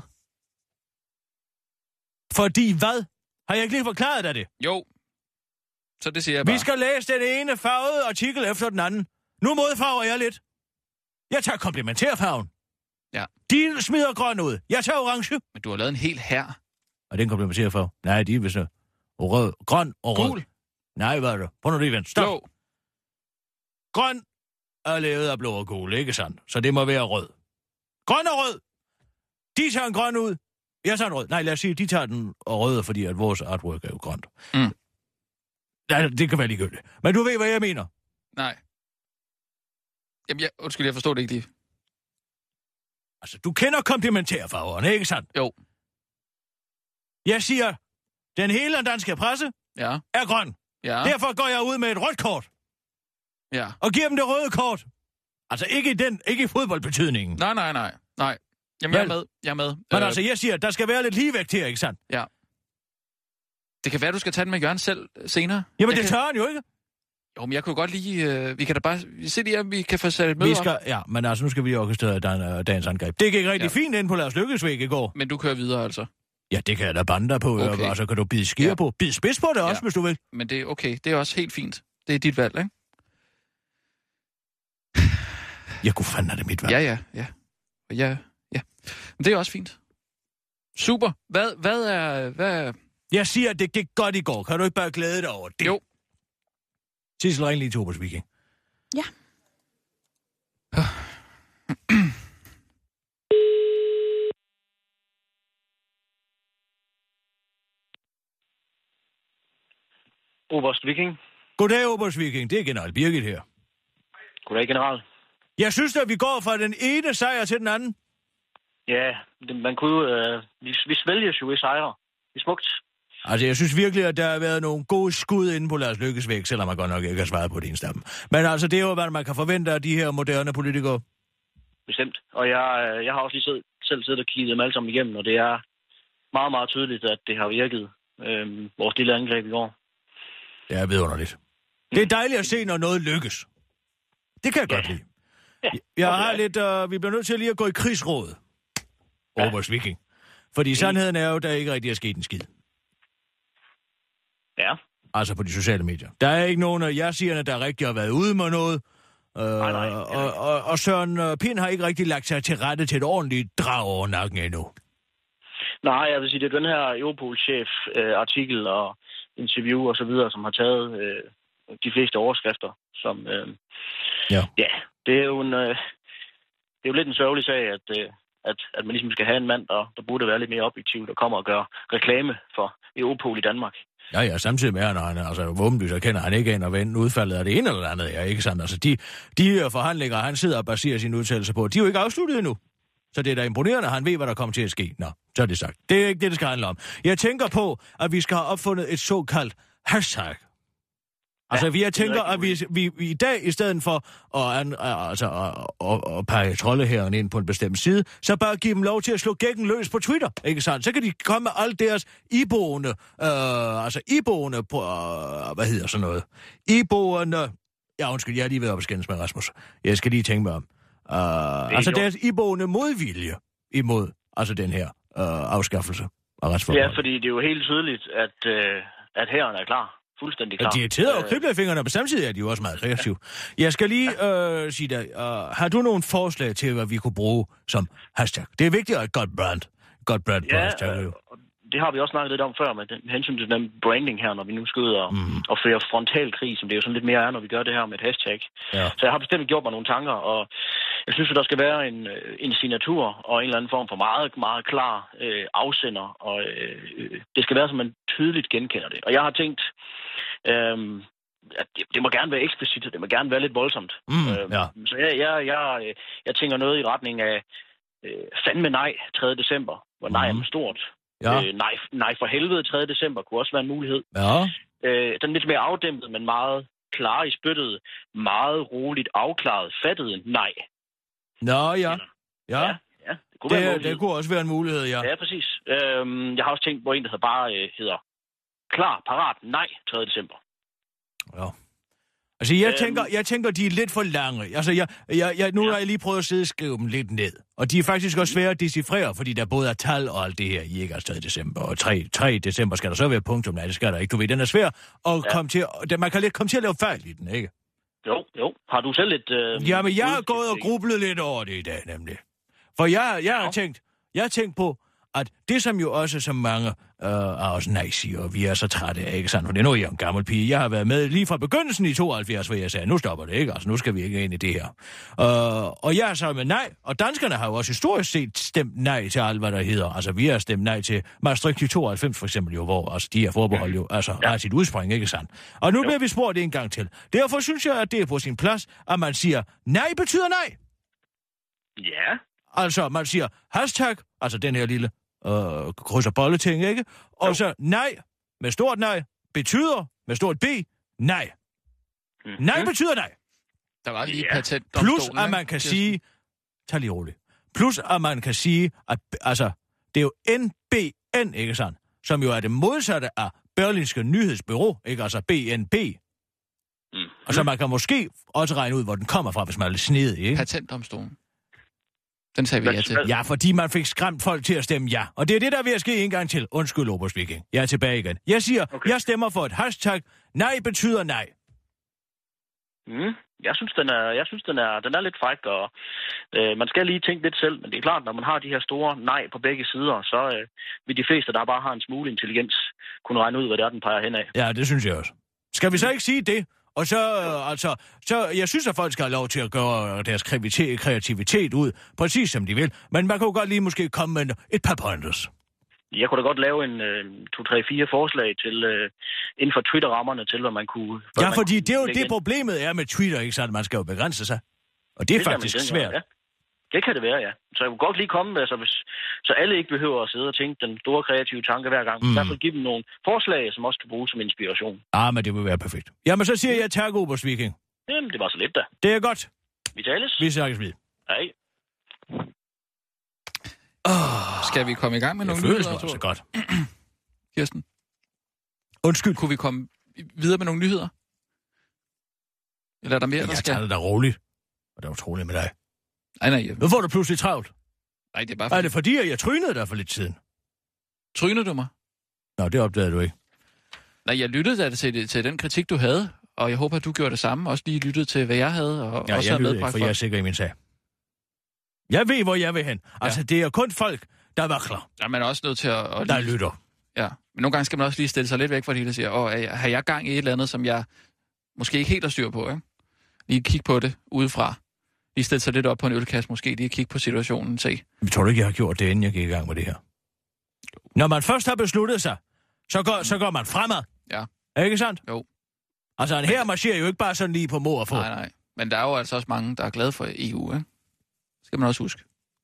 Fordi hvad? Har jeg ikke lige forklaret dig det? Jo. Så det siger jeg bare. Vi skal læse den ene farvede artikel efter den anden. Nu modfarver jeg lidt. Jeg tager komplementærfarven. Ja. De smider grøn ud. Jeg tager orange. Men du har lavet en hel hær. Og det er en komplementærfarve. Nej, de er vist rød. Grøn og rød. Gul. Nej, hvad er det? Prøv nu lige vent. Stop. Blå. Grøn er lavet af blå og gul, ikke sandt? Så det må være rød. Grøn og rød. De tager en grøn ud. Jeg tager en rød. Nej, lad os sige, de tager den og røde, fordi at vores artwork er jo grønt. Mm. Ja, det kan være ligegyldigt. Men du ved, hvad jeg mener. Nej. Jamen, undskyld, jeg forstår det ikke lige. Altså, du kender komplementærfarverne, ikke sandt? Jo. Jeg siger, den hele danske presse er grøn. Ja. Derfor går jeg ud med et rødt kort. Ja. Og giver dem det røde kort. Altså, ikke i fodboldbetydningen. Nej. Jamen, jeg er med. Men altså, jeg siger, der skal være lidt ligevægt her, ikke sandt? Ja. Det kan være, du skal tage den med Jørgen selv senere. Jamen, det tør han jo ikke. Jo, men jeg kunne godt lige... vi kan da bare se lige, om vi kan få sat et møde op. Ja, men altså, nu skal vi orkestrere dagens angreb. Det gik rigtig fint inde på Lars Lykkes væg i går. Men du kører videre, altså? Ja, det kan jeg da bande dig på, okay. Og så kan du bide skir på. Bide spids på det også, hvis du vil. Men det er okay. Det er også helt fint. Det er dit valg, ikke? Jeg kunne fandme det mit valg. Ja. Men det er også fint. Super. Hvad er... Jeg siger, at det gik godt i går. Kan du ikke bare glæde dig over det? Jo. Sissel, ring lige til Obers Viking. Ja. Oberst Viking. Goddag, Oberst Viking. Det er general Birgit her. Goddag, general. Jeg synes, at vi går fra den ene sejr til den anden. Ja, man kunne jo... vi svælges jo i sejre. Det er smukt. Altså, jeg synes virkelig, at der har været nogle gode skud inde på Lars Lykkes væg, selvom man godt nok ikke har svaret på din stamme. Men altså, det er jo, hvad man kan forvente af de her moderne politikere. Bestemt. Og jeg har også lige selv siddet og kigget dem alle sammen igennem, og det er meget, meget tydeligt, at det har virket vores lille angreb i går. Det er vidunderligt. Det er dejligt at se, når noget lykkes. Det kan jeg godt lide. Jeg har lidt... vi bliver nødt til lige at gå i krigsråd. Oberst Viking. Fordi sandheden er jo, der ikke rigtig er sket en skid. Ja. Altså på de sociale medier. Der er ikke nogen af jer-sigerne, der rigtig har været ude med noget. Nej. Og Søren Pind har ikke rigtig lagt sig til rette til et ordentligt drag over nakken endnu. Nej, jeg vil sige, det er den her Europol-chef artikel og interview og så videre, som har taget de fleste overskrifter, som... Ja, det er jo det er jo lidt en sørgelig sag, at man ligesom skal have en mand, der burde være lidt mere objektiv, der kommer og gør reklame for Europol i Danmark. Ja, samtidig med, når han altså våbenlys, så kender han ikke ind og vende udfaldet af det ene eller andet, ja, ikke sandt? Altså, de forhandlinger, han sidder og baserer sine udtalelser på, de er jo ikke afsluttet endnu. Så det er da imponerende, han ved, hvad der kommer til at ske. Nå, så er det sagt. Det er ikke det, det skal handle om. Jeg tænker på, at vi skal have opfundet et såkaldt hashtag. Altså, jeg tænker, at vi i dag, i stedet for at pege troldehæren ind på en bestemt side, så bare give dem lov til at slå gækken løs på Twitter, ikke sandt? Så kan de komme med alt deres iboende, på, hvad hedder sådan noget? Iboende, ja, undskyld, jeg har lige været op og skændes med Rasmus. Jeg skal lige tænke mig om. Altså, deres iboende modvilje imod, altså den her afskaffelse af retsforbeholdet. Ja, fordi det er jo helt tydeligt, at hæren er klar. Fuldstændig klar. De irriterer og kribler i fingrene, men samtidig er de jo også meget kreative. Jeg skal lige sige dig, har du nogle forslag til, hvad vi kunne bruge som hashtag? Det er vigtigt at have et godt brand på hashtag. Det har vi også snakket lidt om før, med hensyn til den branding her, når vi nu skal ud og føre frontalkrig, som det jo sådan lidt mere er, når vi gør det her med et hashtag. Ja. Så jeg har bestemt gjort mig nogle tanker, og jeg synes, at der skal være en signatur og en eller anden form for meget, meget klar afsender, og det skal være, så man tydeligt genkender det. Og jeg har tænkt, at det må gerne være eksplicit, det må gerne være lidt voldsomt. Så jeg tænker noget i retning af fandme nej 3. december, hvor nej er stort. Ja. Nej for helvede 3. december kunne også være en mulighed. Ja. Den lidt mere afdæmpet, men meget klare i spyttet, meget roligt afklaret, fattet nej. Nå ja. Ja. Det kunne også være en mulighed, ja. Ja, præcis. Jeg har også tænkt på en, der hedder klar, parat, nej 3. december. Ja. Altså, jeg tænker, de er lidt for lange. Altså, nu har jeg lige prøvet at sidde og skrive dem lidt ned. Og de er faktisk også svære at decifrere, fordi der både er tal og alt det her i ikke er 3. december. Og 3. december skal der så være punktum. Nej, det skal der ikke. Du ved, den er svær at komme til. Man kan lidt komme til at lave fejl i den, ikke? Jo. Har du selv et... Jamen, jeg har gået og grublet lidt over det i dag, nemlig. For jeg har tænkt på, at det som jo også så mange af os nej-siger, og vi er så trætte af, ikke sandt? For det er nu, jeg er en gammel pige. Jeg har været med lige fra begyndelsen i 72, hvor jeg sagde, nu stopper det, ikke? Altså, nu skal vi ikke ind i det her. Og jeg er så med nej, og danskerne har jo også historisk set stemt nej til alt, hvad der hedder. Altså, vi har stemt nej til Maastricht i 92, for eksempel jo, hvor altså, de her forbehold jo har sit udspring, ikke sandt? Og nu bliver vi spurgt en gang til. Derfor synes jeg, at det er på sin plads, at man siger, nej betyder nej. Ja. Altså, man siger hashtag, altså den her lille kryds og bolle ting, ikke? Og så nej, med stort nej, betyder, med stort B, nej. Nej betyder nej. Der var lige patentdomstolen. Plus, at man kan sige, tag lige roligt. Plus, at man kan sige, at altså, det er jo NBN, ikke sandt? Som jo er det modsatte af Berlingske Nyhedsbureau, ikke? Altså BNB. Og så man kan måske også regne ud, hvor den kommer fra, hvis man er lidt snedig, ikke? Patentdomstolen. Den sagde vi ja til. Ja, fordi man fik skræmt folk til at stemme ja. Og det er det, der er ved at ske en gang til. Undskyld, Oberst Viking. Jeg er tilbage igen. Jeg siger, Jeg stemmer for et hashtag. Nej betyder nej. Jeg synes, den er lidt fræk, og man skal lige tænke lidt selv. Men det er klart, når man har de her store nej på begge sider, så vil de fleste, der bare har en smule intelligens, kunne regne ud, hvad det er, den peger henad. Ja, det synes jeg også. Skal vi så ikke sige det? Og så jeg synes, at folk skal have lov til at gøre deres kreativitet ud, præcis som de vil. Men man kan jo godt lige måske komme med et par pointers. Jeg kunne da godt lave en 2-3-4 forslag til inden for Twitter-rammerne til, hvad man kunne... Ja, fordi det er jo det problemet er med Twitter, ikke sandt? Man skal jo begrænse sig. Og det er faktisk svært. Ja. Det kan det være, ja. Så jeg kunne godt lige komme med, så alle ikke behøver at sidde og tænke den store kreative tanke hver gang. Derfor give dem nogle forslag, som også kan bruges som inspiration. Men det vil være perfekt. Jamen, så siger jeg tak, Oberst Viking. Jamen, det var så lidt da. Det er godt. Vi tales. Vi snakkes ved. Hej. Skal vi komme i gang med nogle nyheder? Det føles også godt. Kirsten? Undskyld. Kunne vi komme videre med nogle nyheder? Eller er der mere, der skal? Jeg tager det da roligt. Og det er utroligt med dig. Nej. Nu får du pludselig travlt. Nej, det er bare... Er det fordi, at jeg trynede dig for lidt siden? Trynede du mig? Nå, det opdagede du ikke. Nej, jeg lyttede da til den kritik, du havde, og jeg håber, at du gjorde det samme. Også lige lyttede til, hvad jeg havde, og ja, også jeg lyttede ikke, for jeg er sikker i min sag. Jeg ved, hvor jeg vil hen. Altså, det er kun folk, der vakler. Ja, man er også nødt til at der lytter. Ja, men nogle gange skal man også lige stille sig lidt væk fra det hele og sige, har jeg gang i et eller andet, som jeg måske ikke helt har styr på, ikke? Lige kigge på det udefra. Lige stille sig lidt op på en ølkasse, måske lige kigge på situationen, se. Men tror du ikke, jeg har gjort det, inden jeg gik i gang med det her? Når man først har besluttet sig, så går man fremad. Ja. Ikke sandt? Jo. Altså, her marcherer jo ikke bare sådan lige på mor og få. Nej. Men der er jo altså også mange, der er glade for EU, ikke? Skal man også huske.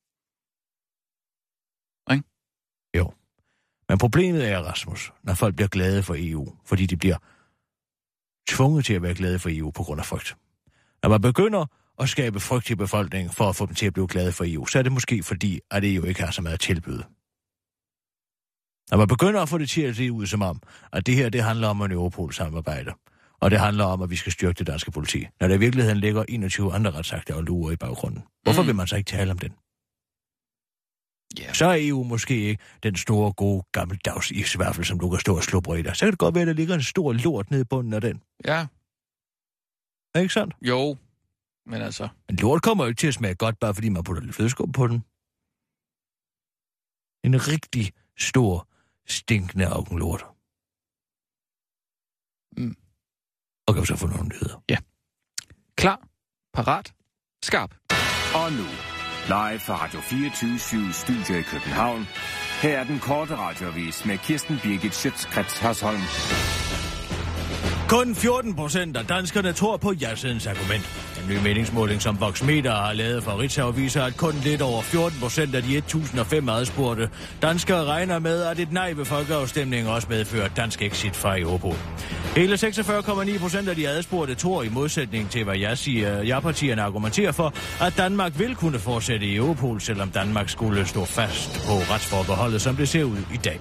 Ikke? Jo. Men problemet er, Rasmus, når folk bliver glade for EU, fordi de bliver tvunget til at være glade for EU på grund af frygt. Når man begynder at skabe frygt i befolkningen for at få dem til at blive glade for EU, så er det måske fordi, at EU ikke har så meget at tilbyde. Når man begynder at få det til at se ud som om, at det her, det handler om en Europol-samarbejde, og det handler om, at vi skal styrke det danske politi, når der i virkeligheden ligger 21 andre retsakter og lurer i baggrunden. Hvorfor vil man så ikke tale om den? Yeah. Så er EU måske ikke den store, gode, gammeldags isvaffel, som du kan stå og slubre i dig. Så kan det godt være, at der ligger en stor lort nede i bunden af den. Ja. Er ikke sandt? Jo, men altså... En lort kommer jo ikke til at smage godt, bare fordi man putter lidt flødeskum på den. En rigtig stor, stinkende augenlort. Og kan vi så få nogle nyheder? Ja. Klar, parat, skarp. Og nu, live fra Radio 24/7 Studio i København. Her er den korte radioavis med Kirsten Birgit Schøtz-Krets Hørsholm. Kun 14% af danskerne tror på ja-sidens argument. En ny meningsmåling, som Voxmeter har lavet for Ritzau, viser, at kun lidt over 14% af de 1005 adspurgte danskere regner med, at et nej ved folkeafstemningen også medfører dansk exit fra Europol. Hele 46,9% af de adspurgte tror i modsætning til, hvad ja-partierne argumenterer for, at Danmark vil kunne fortsætte i Europol, selvom Danmark skulle stå fast på retsforbeholdet, som det ser ud i dag.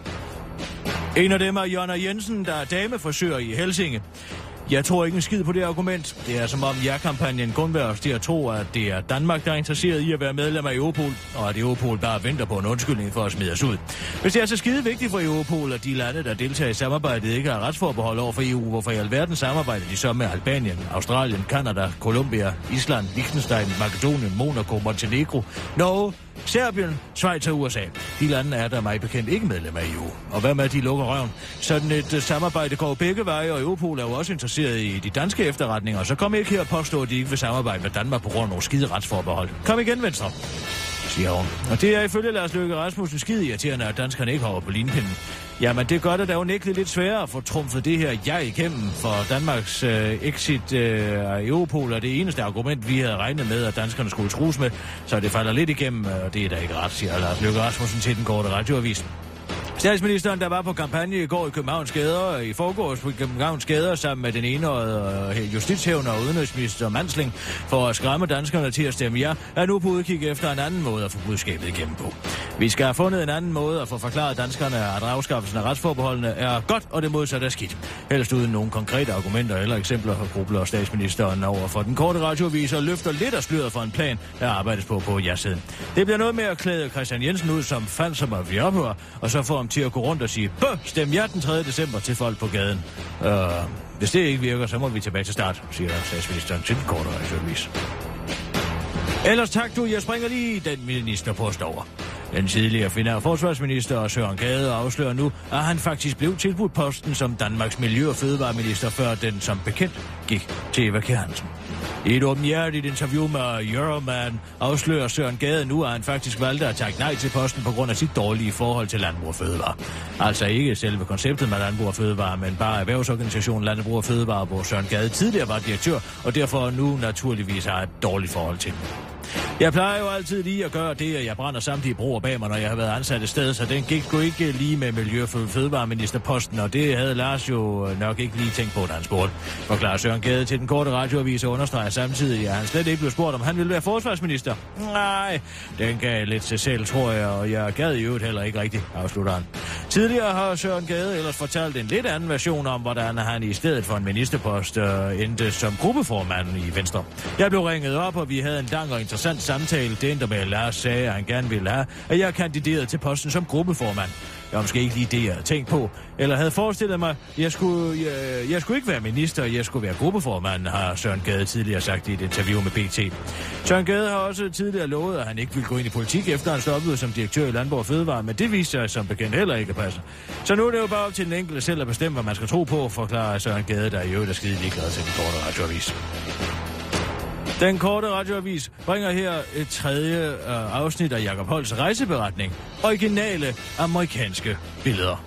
En af dem er Jonna Jensen, der er damefrisør i Helsinge. Jeg tror ikke en skid på det argument. Det er som om ja-kampagnen kun vil os til at tro, at det er Danmark, der er interesseret i at være medlem af Europol, og at Europol bare venter på en undskyldning for at smide os ud. Hvis det er så skide vigtigt for Europol, at de lande, der deltager i samarbejdet, ikke har retsforbehold over for EU, hvorfor i alverden samarbejder de så med Albanien, Australien, Canada, Colombia, Island, Liechtenstein, Makedonien, Monaco, Montenegro, Norge, Serbien, Schweiz og USA. De lande er der mig bekendt ikke medlem af EU. Og hvad med, at de lukker røven? Sådan et samarbejde går begge veje, og Europol er jo også interesseret i de danske efterretninger. Så kom ikke her og påstå, at de ikke vil samarbejde med Danmark på grund af nogle skide retsforbehold. Kom igen, Venstre, siger hun. Og det er ifølge Lars Løkke Rasmussen skide irriterende, at danskerne ikke holder på linpinden. Jamen, det gør det da unægteligt lidt sværere at få trumfet det her ja igennem, for Danmarks exit af Europol er det eneste argument, vi havde regnet med, at danskerne skulle trues med, så det falder lidt igennem, og det er da ikke ret, siger Lars Løkke Rasmussen til den korte radioavis. Statsministeren, der var på kampagne i går i Københavns gader, i forgårs på Københavns gader, sammen med den enårede justitshævner og udenrigsminister Mansling, for at skræmme danskerne til at stemme ja, er nu på udkig efter en anden måde at få budskabet igennem på. Vi skal have fundet en anden måde at få forklaret danskerne, at afskaffelsen af retsforbeholdene er godt, og det modsatte er skidt. Helst uden nogen konkrete argumenter eller eksempler, grubler statsministeren over for den korte radioavis og løfter lidt af sløret for en plan, der arbejdes på ja-siden. Det bliver noget med at klæde Christian Jensen ud som fan, som vi ophører, og så får ham til at gå rundt og sige, stem ja den 3. december til folk på gaden. Hvis det ikke virker, så må vi tilbage til start, siger statsministeren til den korte radioavis. Ellers tak du, jeg springer lige den ministerpost over. Den tidligere forsvarsminister Søren Gade afslører nu, at han faktisk blev tilbudt posten som Danmarks miljø- og fødevareminister, før den som bekendt gik til Eva Kjær Hansen. I et åbenhjertigt interview med Euroman afslører Søren Gade nu, at han faktisk valgte at takke nej til posten på grund af sit dårlige forhold til Landbrug og Fødevare. Altså ikke selve konceptet med Landbrug og Fødevare, men bare erhvervsorganisationen Landbrug og Fødevare, hvor Søren Gade tidligere var direktør, og derfor nu naturligvis har et dårligt forhold til. Jeg plejer jo altid lige at gøre det, at jeg brænder samtlige broer bag mig, når jeg har været ansat et sted, så den gik jo ikke lige med Miljø- og Fødevareministerposten, og det havde Lars jo nok ikke lige tænkt på, da han spurgte. Forklarer Søren Gade til den korte radioavis og understreger samtidig, at han slet ikke blev spurgt, om han ville være forsvarsminister. Nej, den gav lidt til selv, tror jeg, og jeg gad i øvrigt heller ikke rigtigt, afslutter han. Tidligere har Søren Gade ellers fortalt en lidt anden version om, hvordan han i stedet for en ministerpost endte som gruppeformand i Venstre. Jeg blev ringet op, og vi havde en lang og interessant samtale. Det endte med, at Lars sagde, at han gerne ville have, at jeg kandiderede til posten som gruppeformand. Jeg var måske ikke lige det, jeg havde tænkt på, eller havde forestillet mig, jeg skulle ikke være minister, jeg skulle være gruppeformand, har Søren Gade tidligere sagt i et interview med BT. Søren Gade har også tidligere lovet, at han ikke ville gå ind i politik, efter han stoppede som direktør i Landbrug og Fødevare, men det viste sig som bekendt heller ikke at passe. Så nu er det jo bare op til den enkelte selv at bestemme, hvad man skal tro på, forklarer Søren Gade, der i øvrigt er skide ligeglad til den korte radioavis. Den korte radioavis bringer her et tredje afsnit af Jakob Holts rejseberetning. Originale amerikanske billeder.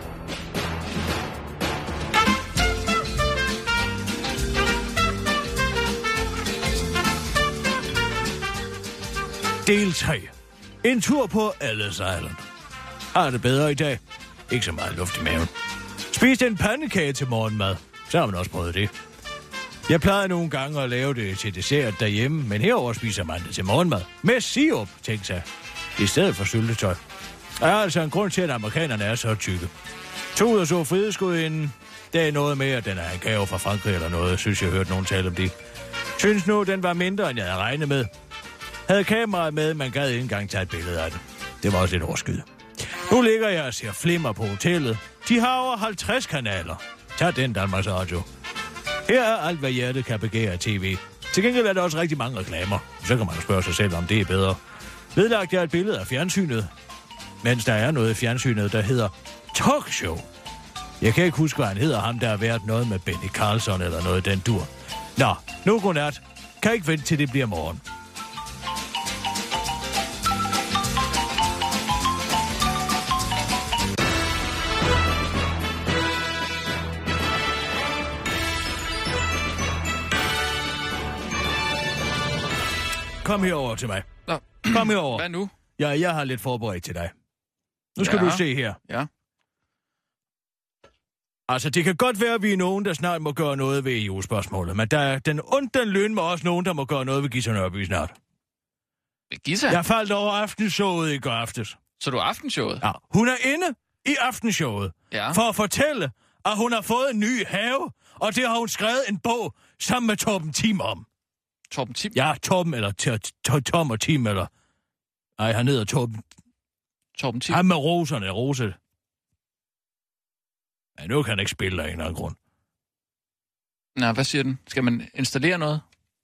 Del 3. En tur på Ellis Island. Har det bedre i dag? Ikke så meget luft i maven. Spiste en pandekage til morgenmad. Så har man også prøvet det. Jeg plejede nogle gange at lave det til dessert derhjemme, men herover spiser man det til morgenmad. Med sirup, tænkte jeg. I stedet for syltetøj. Der er altså en grund til, at amerikanerne er så tykke. Tog ud og så Frihedsgudinden. Det er noget med, at den er en gave fra Frankrig eller noget, synes jeg hørte nogen tale om det. Synes nu, den var mindre, end jeg havde regnet med. Havde kameraet med, man gad ikke engang tage et billede af det. Det var også lidt overskyet. Nu ligger jeg og ser flimmer på hotellet. De har over 50 kanaler. Tag den, Danmarks Radio. Her er alt, hvad hjertet kan begære af tv. Til gengæld er der også rigtig mange reklamer. Så kan man jo spørge sig selv, om det er bedre. Vedlagt er et billede af fjernsynet, mens der er noget i fjernsynet, der hedder Talkshow. Jeg kan ikke huske, hvad han hedder, ham der har været noget med Benny Carlson eller noget den dur. Nå, nu godnat. Kan ikke vente til det bliver morgen. Kom herover til mig. Nå. Kom herover. Hvad nu? Ja, jeg har lidt forberedt til dig. Nu skal du se her. Ja. Altså, det kan godt være, at vi er nogen, der snart må gøre noget ved EU-spørgsmålet, men der er den løn med også nogen, der må gøre noget ved Gita Nørby snart. Ved Gita? Jeg faldt over aftenshowet i går aftes. Så du er aftenshowet? Ja, hun er inde i aftenshowet for at fortælle, at hun har fået en ny have, og det har hun skrevet en bog sammen med Torben Tim om. Torben Tim? Ja, Torben eller Tom og Tim eller... Nej, han hedder Torben. Torben Tim? Han med roserne, Rose. Ja, nu kan han ikke spille af en eller anden grund. Nå, hvad siger den? Skal man installere noget?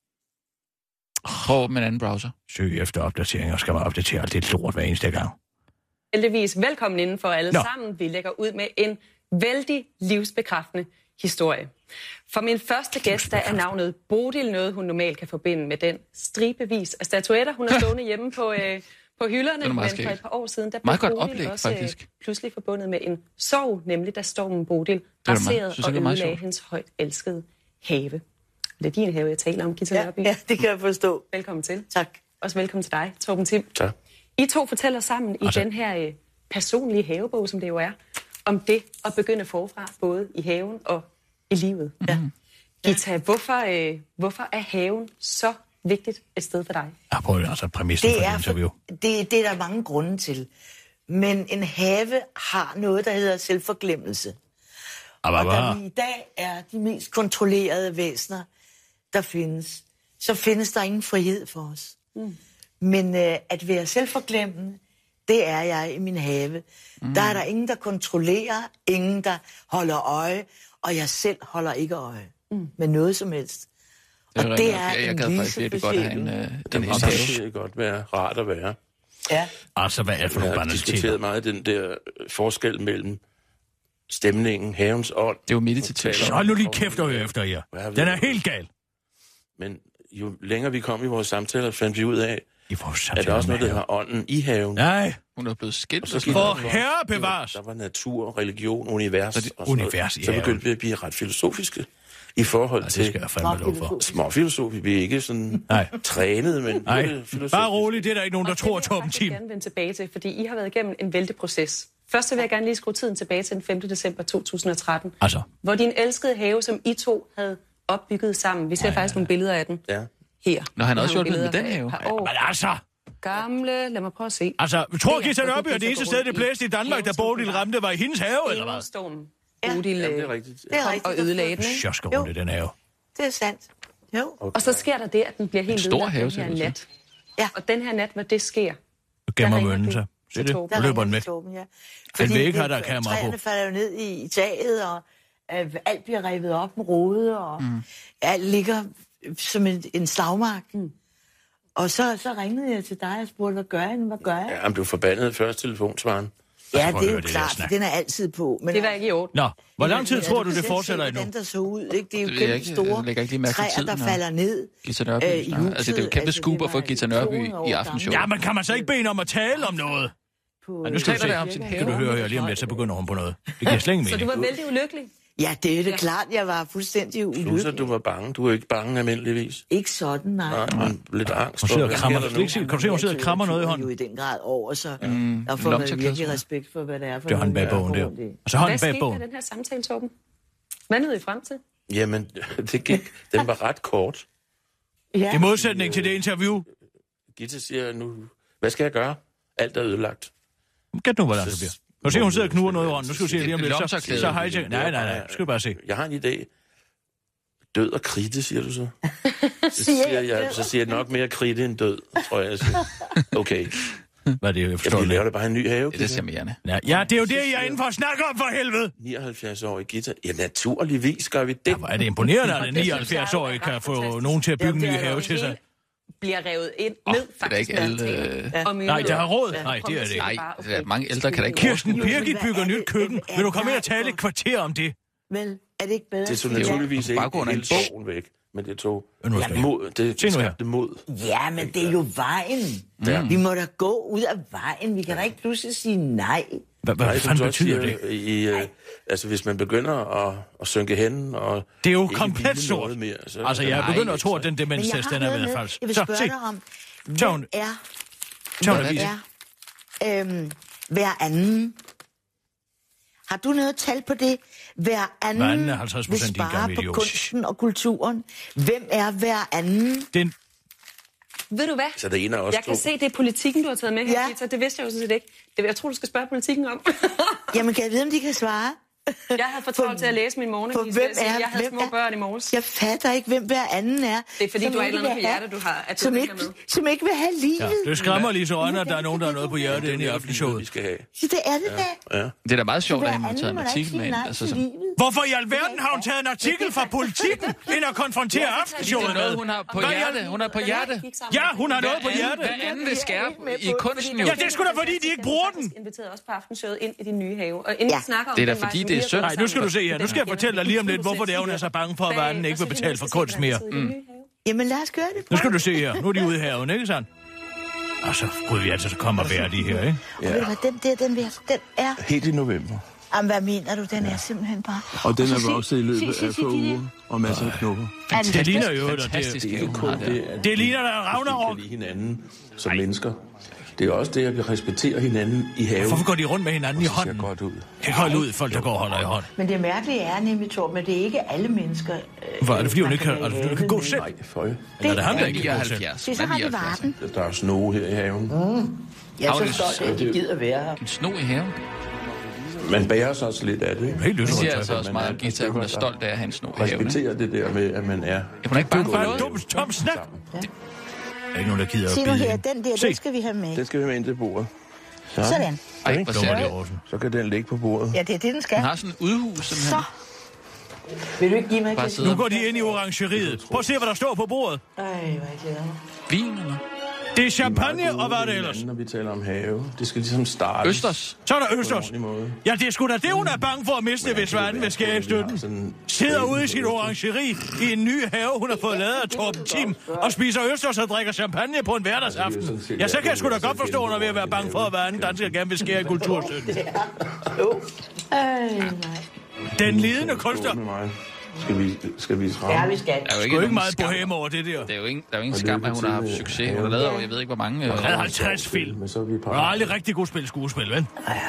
Prøv med en anden browser. Søg efter opdateringer, skal man opdatere alt det lort hver eneste gang. Heldigvis velkommen inden for alle sammen. Vi lægger ud med en vældig livsbekræftende historie. For min første gæst, der er navnet Bodil, noget hun normalt kan forbinde med den stribevis af statuetter, hun har stående hjemme på hylderne. Men for et par år siden, der blev Bodil oplæg, også faktisk pludselig forbundet med en sorg, nemlig da stormen Bodil raserede og ødelagde hendes højt elskede have. Det er din have, jeg taler om, Gita Nørby. Ja, det kan jeg forstå. Velkommen til. Tak. Også velkommen til dig, Torben Tim. Tak. I to fortæller sammen i den her personlige havebog, som det jo er, om det at begynde forfra, både i haven og i livet. Ja. Gita, hvorfor er haven så vigtigt et sted for dig? Jeg prøver altså præmissen for det interview. Det er der mange grunde til. Men en have har noget, der hedder selvforglemmelse. Og da vi i dag er de mest kontrollerede væsener, der findes, så findes der ingen frihed for os. Men at være selvforglemmende, det er jeg i min have. Der er der ingen, der kontrollerer, ingen, der holder øje, og jeg selv holder ikke øje med noget som helst. Og det er jeg gad faktisk virkelig godt have den opgave. Det kan godt være rart at være. Ja. Altså, hvad er det for nogle banaliteter? Jeg har diskuteret meget den der forskel mellem stemningen, havens ånd. Det er jo meditativt. Så hold nu lige kæft og hør efter jer. Den er helt gal. Men jo længere vi kom i vores samtaler, fandt vi ud af, at der også noget, der har ånden i haven. Nej. Hun er blevet skilt. For herre bevares. Der var natur, religion, univers. Univers, så begyndte vi at blive ret filosofiske i forhold til småfilosofi. Vi er ikke sådan trænet, men bare roligt, det er der ikke nogen, der tror, Torben Tim. Jeg vil gerne vende tilbage til, fordi I har været igennem en vældig proces. Først så vil jeg gerne lige skrue tiden tilbage til den 5. december 2013, hvor din elskede have, som I to havde opbygget sammen. Vi ser faktisk nogle billeder af den her. Nå, han har også hjulpet med den have. Men altså, gamle. Lad mig prøve at se. Altså, tror Gita Nørby, at det eneste sted, det blæste i Danmark, der Bodil ramte, var i hendes have, eller hvad? Storm. Ja, Bodil det er rigtigt. Det er rigtigt. Og ødelagde den, ikke? Jeg skal rundt i den have. Det er sandt. Jo. Okay. Og så sker der det, at den bliver helt ødelagt den her nat. Ja. Og den her nat, hvor det sker... Så gemmer mønnen sig. Det er det. Løber den væk. Han vil ikke have, der kamera på. Træerne falder jo ned i taget, og alt bliver revet op med rode, og alt ligger som en slagmark. Og så ringede jeg til dig og spurgte, hvad gør jeg? Ja, han blev forbandet først telefonsvaren. Ja, det er jo klart, for den er altid på. Men det var ikke i orden. Nå, hvor lang tid tror du, det fortsætter endnu? Hvordan der så ud, ikke? Det er jo kæmpe store træer, der falder ned Gita Nørby, altså, det er jo kæmpe skub at få Gita Nørby i aftenshow. Ja, men kan man så ikke bede om at tale om noget? Nu taler der om sin have. Kan du høre her lige om lidt, så begynder hun på noget. Det giver slet ingen mening. Så du var vældig ulykkelig? Ja, det er det klart. Jeg var fuldstændig ulykkelig. Plus, at du var bange. Du er ikke bange almindeligvis. Ikke sådan, nej. Nej, men lidt angst. Hun sidder og krammer. Kan du se, hun sidder og krammer noget i hånden? Jo i den grad over, så der får man virkelig respekt for, hvad det er for det er hånden bag bogen der. Og så hånden bag bogen. Hvad skete den her samtale, Torben? Hvad nåede I frem til? Jamen, det gik. Den var ret kort. I modsætning til det interview. Gita siger nu, hvad skal jeg gøre? Alt er ødelagt. Gæt nu, hvordan det bliver. Nu ser hun sidder og knuger noget i hånden. Nu skal du se lige om lidt. Så har jeg nej. Skal du bare se. Jeg har en idé. Død og kridte, siger du så? Så siger jeg nok mere kridte end død, tror jeg. Okay. Hvad er det, jeg forstår? Vi laver da bare en ny have. Det er charmerende. Ja, det er jo det, jeg er inde for at snakke om, for helvede. 79-årig Gita. Ja, naturligvis gør vi det. Ja, er det imponerende, at en 79-årig kan få nogen til at bygge en ny have til sig? Bliver revet ind ned, faktisk. Det er ikke alle... Nej, der har råd. Nej, det er det ikke. Nej, mange ældre kan da ikke... Kirsten Birgit bygger nyt køkken. Vil du komme ind og tale et kvarter om det? Vel, er det ikke bedre? Det tog naturligvis ikke hele bogen væk, men det tog mod. Det skabte mod. Ja, men det er jo vejen. Vi må da gå ud af vejen. Vi kan da ikke pludselig sige nej. Hvad fanden betyder det? Altså, hvis man begynder at synke hen og... Det er jo komplet sort. Mere, altså, jeg begynder at tro, at den demenstest, den er ved falsk. Jeg vil spørge dig om, hvem er hver anden? Har du noget tal på det? Hver anden vil spare på kunsten og kulturen. Hvem er hver anden? Ved du hvad? Så det ene er også jeg kan se, det er politikken, du har taget med her, Gita. Det vidste jeg jo sådan set ikke. Jeg tror, du skal spørge politikken om. Jamen, kan jeg vide, om de kan svare? Jeg havde fortalt til at læse min morgenavis. Jeg havde små børn i morges. Jeg fatter ikke, hvem hver anden er. Det er fordi, du har et eller andet på hjertet, du har. At som ikke vil have livet. Ja, det skræmmer lige så øjne, at der er nogen, der har noget på hjertet inde i aftenshowet. Så det er det da. Ja. Det er da meget sjovt, at han har taget en artikel med ind. Hvorfor i alverden har hun taget en artikel fra politikken, end at konfrontere aftenshowet? Det er noget, hun har på hjerte. Hun har på hjerte. Ja, hun har noget på hjerte. Hvad anden vil skærpe i kunsten jo? Ja, det er sgu da fordi, de ikke bruger den. Jeg inviterede også på aftenshowet ind i din nye have. Og inden vi snakker om det er da fordi, det er synd. Nej, nu skal du se her. Nu skal jeg fortælle dig lige om lidt, hvorfor det er, hun er så bange for, at verden ikke vil betale for kunst mere. Jamen lad os gøre det. Nu skal du se her. Nu er de ude i haven, ikke sandt? Og så kunne vi altså så komme og være de her, ikke? Ja. Og ved du hvad, den er... Helt i november. Jamen, hvad mener du? Den er simpelthen bare... Og den er vokset i løbet af få uger, og masser af knopper. Det ligner jo, det ligner, der er Ragnarok. Vi kan lide hinanden som mennesker. Det er også det, at vi respekterer hinanden i haven. Hvorfor går de rundt med hinanden i hånden? Det ser godt ud. Det kan holde ud, folk der går og holder i hånden. Men det mærkelige er nemlig, Torben, at det er ikke alle mennesker... Hvorfor? Er det fordi, hun ikke kan gå selv? Nej, for eller er det ham, der ikke kan gå selv? Det så har det varden. Der er sno her i haven. Jeg er så stolt, at de gider være her. En sno i haven? Man bærer sig også lidt af det, ikke? Helt det siger altså også meget om Gita, at hun er stolt af at have en sno i haven. Respekterer det der med, at man er... Hun er ikke bange for noget. Du er bare en dum, tom snak. Der er ikke nogen, der gider at bide. Se nu her, den skal vi have med. Den skal vi have med ind til bordet. Sådan. Ej, hvor ser det? Så kan den ligge på bordet. Ja, det er det, den skal. Den har sådan et udhus, simpelthen. Så. Vil du ikke give mig et nu går de ind i orangeriet. Prøv at se, hvad der står på bordet. Ej, hvor jeg glæder mig. Vin, eller? Det er champagne, og hvad er det ellers? Når vi taler om have, det skal ligesom starte. Østers. Så er der Østers. Ja, det er sgu da det, hun er bange for at miste, hvis verden vil skære i støtten. Sidder ude i sit orangeri i en ny have, hun har fået lavet af Torben Tim, og spiser Østers og drikker champagne på en hverdagsaften. Ja, så kan jeg sgu da godt forstå, hun er ved at være bange for, at verden dansker gerne vil skære i kulturstøtten. Den lidende kunstner. Skal vi træne? Ja, vi skal. Der er jo ikke meget bohem over det der. Der er jo ingen skam, at hun har haft succes. Hun har lavet over, jeg ved ikke, hvor mange... Hun har 50 film. Hun har aldrig rigtig god skuespil, vel?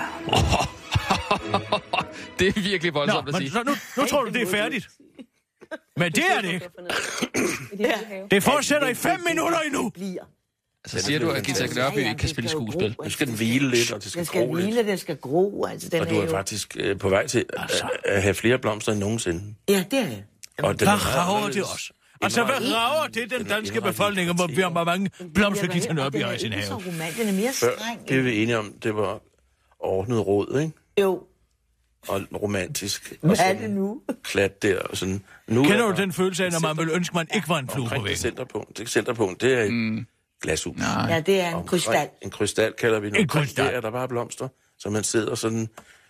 Det er virkelig voldsomt at sige. Nu tror du, det er færdigt. Men det er det ikke. Det fortsætter i 5 minutter endnu. Altså siger du, at Gita Nørby ikke kan spille skuespil? Nu skal den hvile lidt, og det skal gro lidt. Den skal gro, altså den og du er faktisk på vej til at have flere blomster end nogensinde. Ja, det er jeg. Hvad rager det også? Altså, hvad rager det den danske befolkning, hvor vi har mange blomster, Gita Nørby har i sin have? Den er mere streng. Det er vi enige om, det var ordnet råd, ikke? Jo. Og romantisk. Hvad er det nu? Klat der og sådan. Nu kender du den følelse af, når man ville ønske, man ikke var en flue på væggen? Det centerpunkt, det er et glashus. Ja, det er en krystal. En krystal kalder vi nu. En krystal. Der er der bare blomster, så man sidder sådan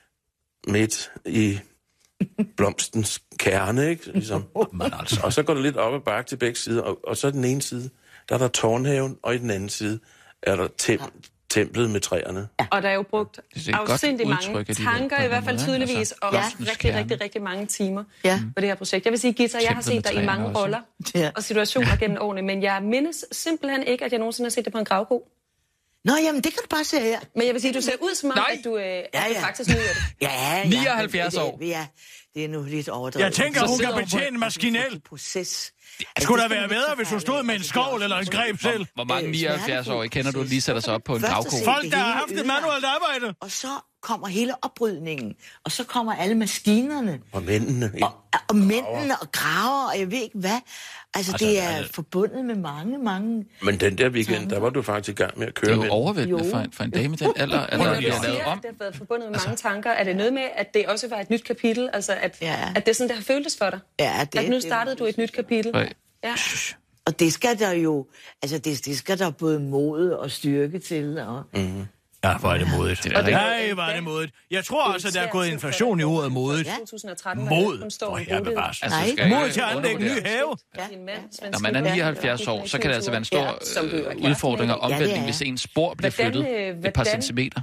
midt i blomstens kerne, ikke? Ligesom. Altså. Og så går det lidt op ad bakke til begge sider, og så den ene side, der er der tårnhaven, og i den anden side er der templet med træerne. Ja. Og der er jo brugt afsindig mange tanker, i hvert fald tydeligvis, og rigtig mange timer på det her projekt. Jeg vil sige, Gita, jeg har set dig i mange roller og situationer gennem årene, men jeg mindes simpelthen ikke, at jeg nogensinde har set dig på en gravko. Nå, jamen, det kan du bare se her. Men jeg vil sige, du ser ud som om, at du faktisk nyder det. Ja, 79 år. Ja, det er nu lidt overdrevet. Jeg tænker, hun kan betjene maskinelt. Proces. Skulle der være bedre, hvis hun stod med en skovl eller en greb selv? Hvor mange 79 år kender du lige sætter sig op på en gravko? Folk, der har haft et manuelt arbejde. Og så kommer hele oprydningen. Og så kommer alle maskinerne. Og mændene. Og mændene og graver, og jeg ved ikke hvad. Altså, det er forbundet med mange... Men den der weekend, der var du faktisk i gang med at køre. Det er jo overvældende for en dame den alder, at det bliver lavet om. Det har været forbundet med mange tanker. Er det noget med, at det også var et nyt kapitel? Altså, at det er sådan, det har føltes for dig? Ja, det. At nu startede du et nyt kapitel? Ja. Og det skal der jo... Altså, det skal der både mod og styrke til, og... Ja, hvor er det modigt. Nej, hvor er det modigt. Jeg tror også, at der er gået inflation i ordet modigt. Ja. 2013 mod. Jeg bevares. Nej, mod til at anlægge en ny have. Når man er 79 år, så kan det altså være en stor udfordring og omvæltning, hvis ens spor bliver flyttet et par centimeter.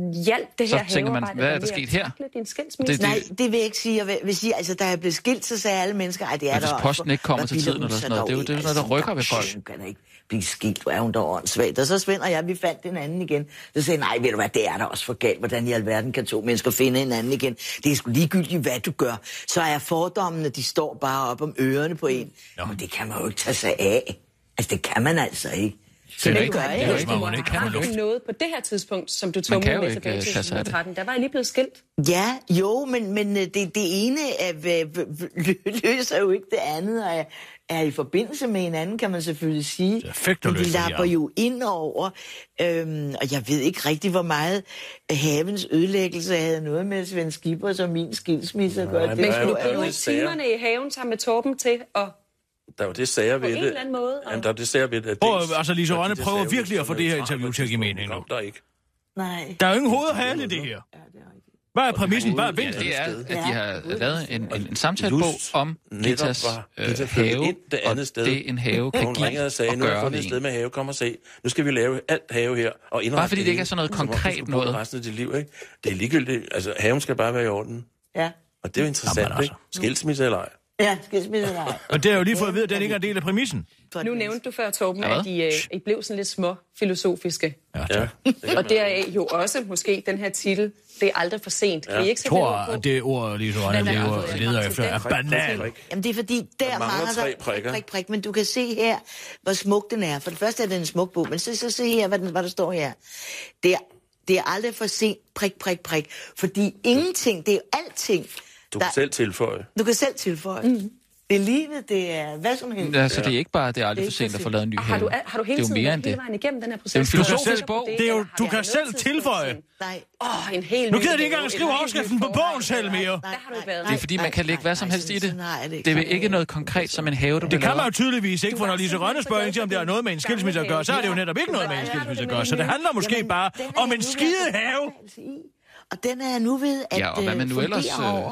Så tænker man, hvad er der sket her? Nej, det vil jeg ikke sige. Jeg vil sige, altså, da jeg blev skilt, så sagde alle mennesker, at det er der også. Hvis posten ikke kommer til tiden eller sådan noget, det er jo noget, der rykker ved folk. Du kan ikke blive skilt, du er hun der åndssvagt. Og så Svend og jeg, vi fandt den anden igen. Så sagde nej, ved du hvad, det er da også for galt, hvordan i alverden kan to mennesker finde hinanden igen. Det er sgu ligegyldigt, hvad du gør. Så er fordommene, de står bare op om ørerne på en. Men det kan man jo ikke tage sig af. Altså, det kan man altså ikke. Det er ikke noget på det her tidspunkt, som du tog med tilbage i 2013. Der var jeg lige blevet skilt. Ja, jo, men det ene løser jo ikke det andet, og er i forbindelse med hinanden, kan man selvfølgelig sige. Men de lapper jo ind over, og jeg ved ikke rigtig, hvor meget havens ødelæggelse havde noget med Svend Skibber som min skilsmisse at gøre. Men skulle du bruge timerne i haven sammen med Torben til at... Der er jo det sager ved det. På en eller anden måde. Jamen, der er det sager ved det. Altså, Lise Rønne prøver virkelig at få det her interview til at give mening nu. Der er ikke. Nej. Der er jo ingen hovedhale i det her. Hvad er præmissen? Bare vent. Det er, at de har lavet en samtalebog om Gitas have, og det en have kan give og sagde, nu har jeg fundet et sted med have, kom og se. Nu skal vi lave alt have her. Og bare fordi det ikke er sådan noget konkret noget. Resten af dit liv, ikke? Det er ligegyldigt. Altså, haven skal bare være i orden. Ja. Og det er jo interessant, ikke? Skilsmisse eller ej. Ja, skilsmisse eller ej. Og det er jo lige for at vide, at den ikke er en del af præmissen. Nu nævnte du før, Torben, at I blev sådan lidt små filosofiske. Ja. Og det er jo også måske den her titel, det er aldrig for sent. Kan I ikke sætte ord på? Det ord, Lise Rønne leder efter, er banal. Jamen det er fordi, der mangler der prik, men du kan se her, hvor smuk den er. For det første er det en smuk bog, men så se her, hvad der står her. Det er aldrig for sent, prik. Fordi ingenting, det er jo alting. Du kan selv tilføje. Du kan selv tilføje. Mm. Det er livet, det er hvad som helst. Ja, så det er ikke bare, det er aldrig for sent at få lavet en ny have. Har du hele tiden været hele vejen igennem den her proces? Det er en filosofisk bog. Det er jo, du kan selv tilføje. Nej. En hel nu gider de ikke engang skrive afskriften på bogen selv mere. Der har du ikke været. Det er fordi, man kan lægge hvad som helst i det. Det er ikke noget konkret som en have, du det kan man jo tydeligvis ikke, for når Lise Rønne spørger ind til, om det har noget med en skilsmisse at gøre, så er det jo netop ikke noget med en skilsmisse at gøre. Så det handler måske bare om en skide have. Og den er nu ved at og hvad man nu ellers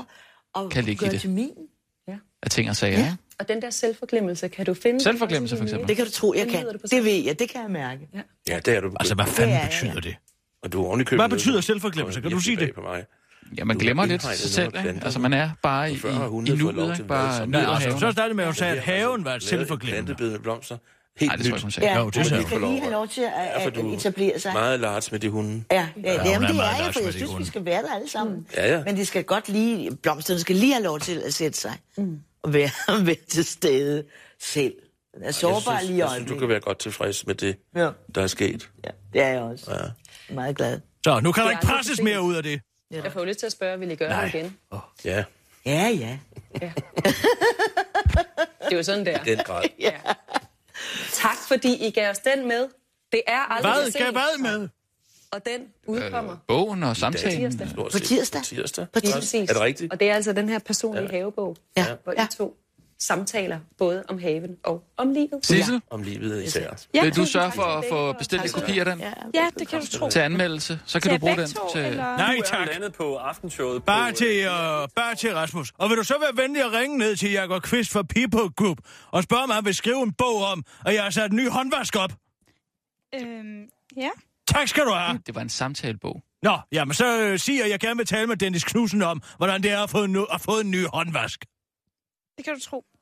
kan ligge i det. Af ting og sager. Ja. Og den der selvforglemmelse, kan du finde... Selvforglemmelse, for eksempel. Det kan du tro, jeg kan. Det ved jeg, det kan jeg mærke. Ja, det er du. Altså, hvad fanden betyder det? Og du er hvad betyder selvforglemmelse? Kan du sige det? Ja, man glemmer lidt sig selv, ikke? Altså, man er bare i nuet, ikke? Bare nyder haven. Så startede med at sige, at haven var et selvforglemmelse. Plantebedende blomster. Nej, det tror jeg, hun sagde. Ja, det skal lige have lov til at etablere sig. Meget large med de hunde. Ja, jamen, det er jeg, for jeg synes, vi skal være der alle sammen. Ja. Men det skal godt blomsterne skal lige have lov til at sætte sig. Og være til stede selv. Den er sårbar lige i jeg synes, du kan være godt tilfreds med det, der er sket. Ja, det er jeg også. Ja. Jeg er meget glad. Så, nu kan der ikke presses mere ud af det. Jeg får jo lyst til at spørge, vil I gøre det igen? Ja. Ja. Det er jo sådan, der. I den grad. Ja. Tak, fordi I gav os den med. Det er aldrig set. Hvad med? Og den udkommer. Bogen og samtalen. På tirsdag. På tirsdag. Er det rigtigt? Og det er altså den her personlige havebog, hvor I to samtaler både om haven og om livet. Sissel? Om livet især. Ja, vil du sørge for at få bestilt en kopi af den? Ja, det kan du tro. Til anmeldelse, så kan du bruge den til... Nej, tak. På aftenshowet. Bare til Rasmus. Og vil du så være venlig at ringe ned til Jakob Kvist fra People Group og spørge mig, om han vil skrive en bog om, at jeg har sat en ny håndvask op? Ja. Tak skal du have. Det var en samtalebog. Nå, jamen så siger jeg gerne vil tale med Dennis Knudsen om, hvordan det er at få en ny håndvask. Det kan du tro.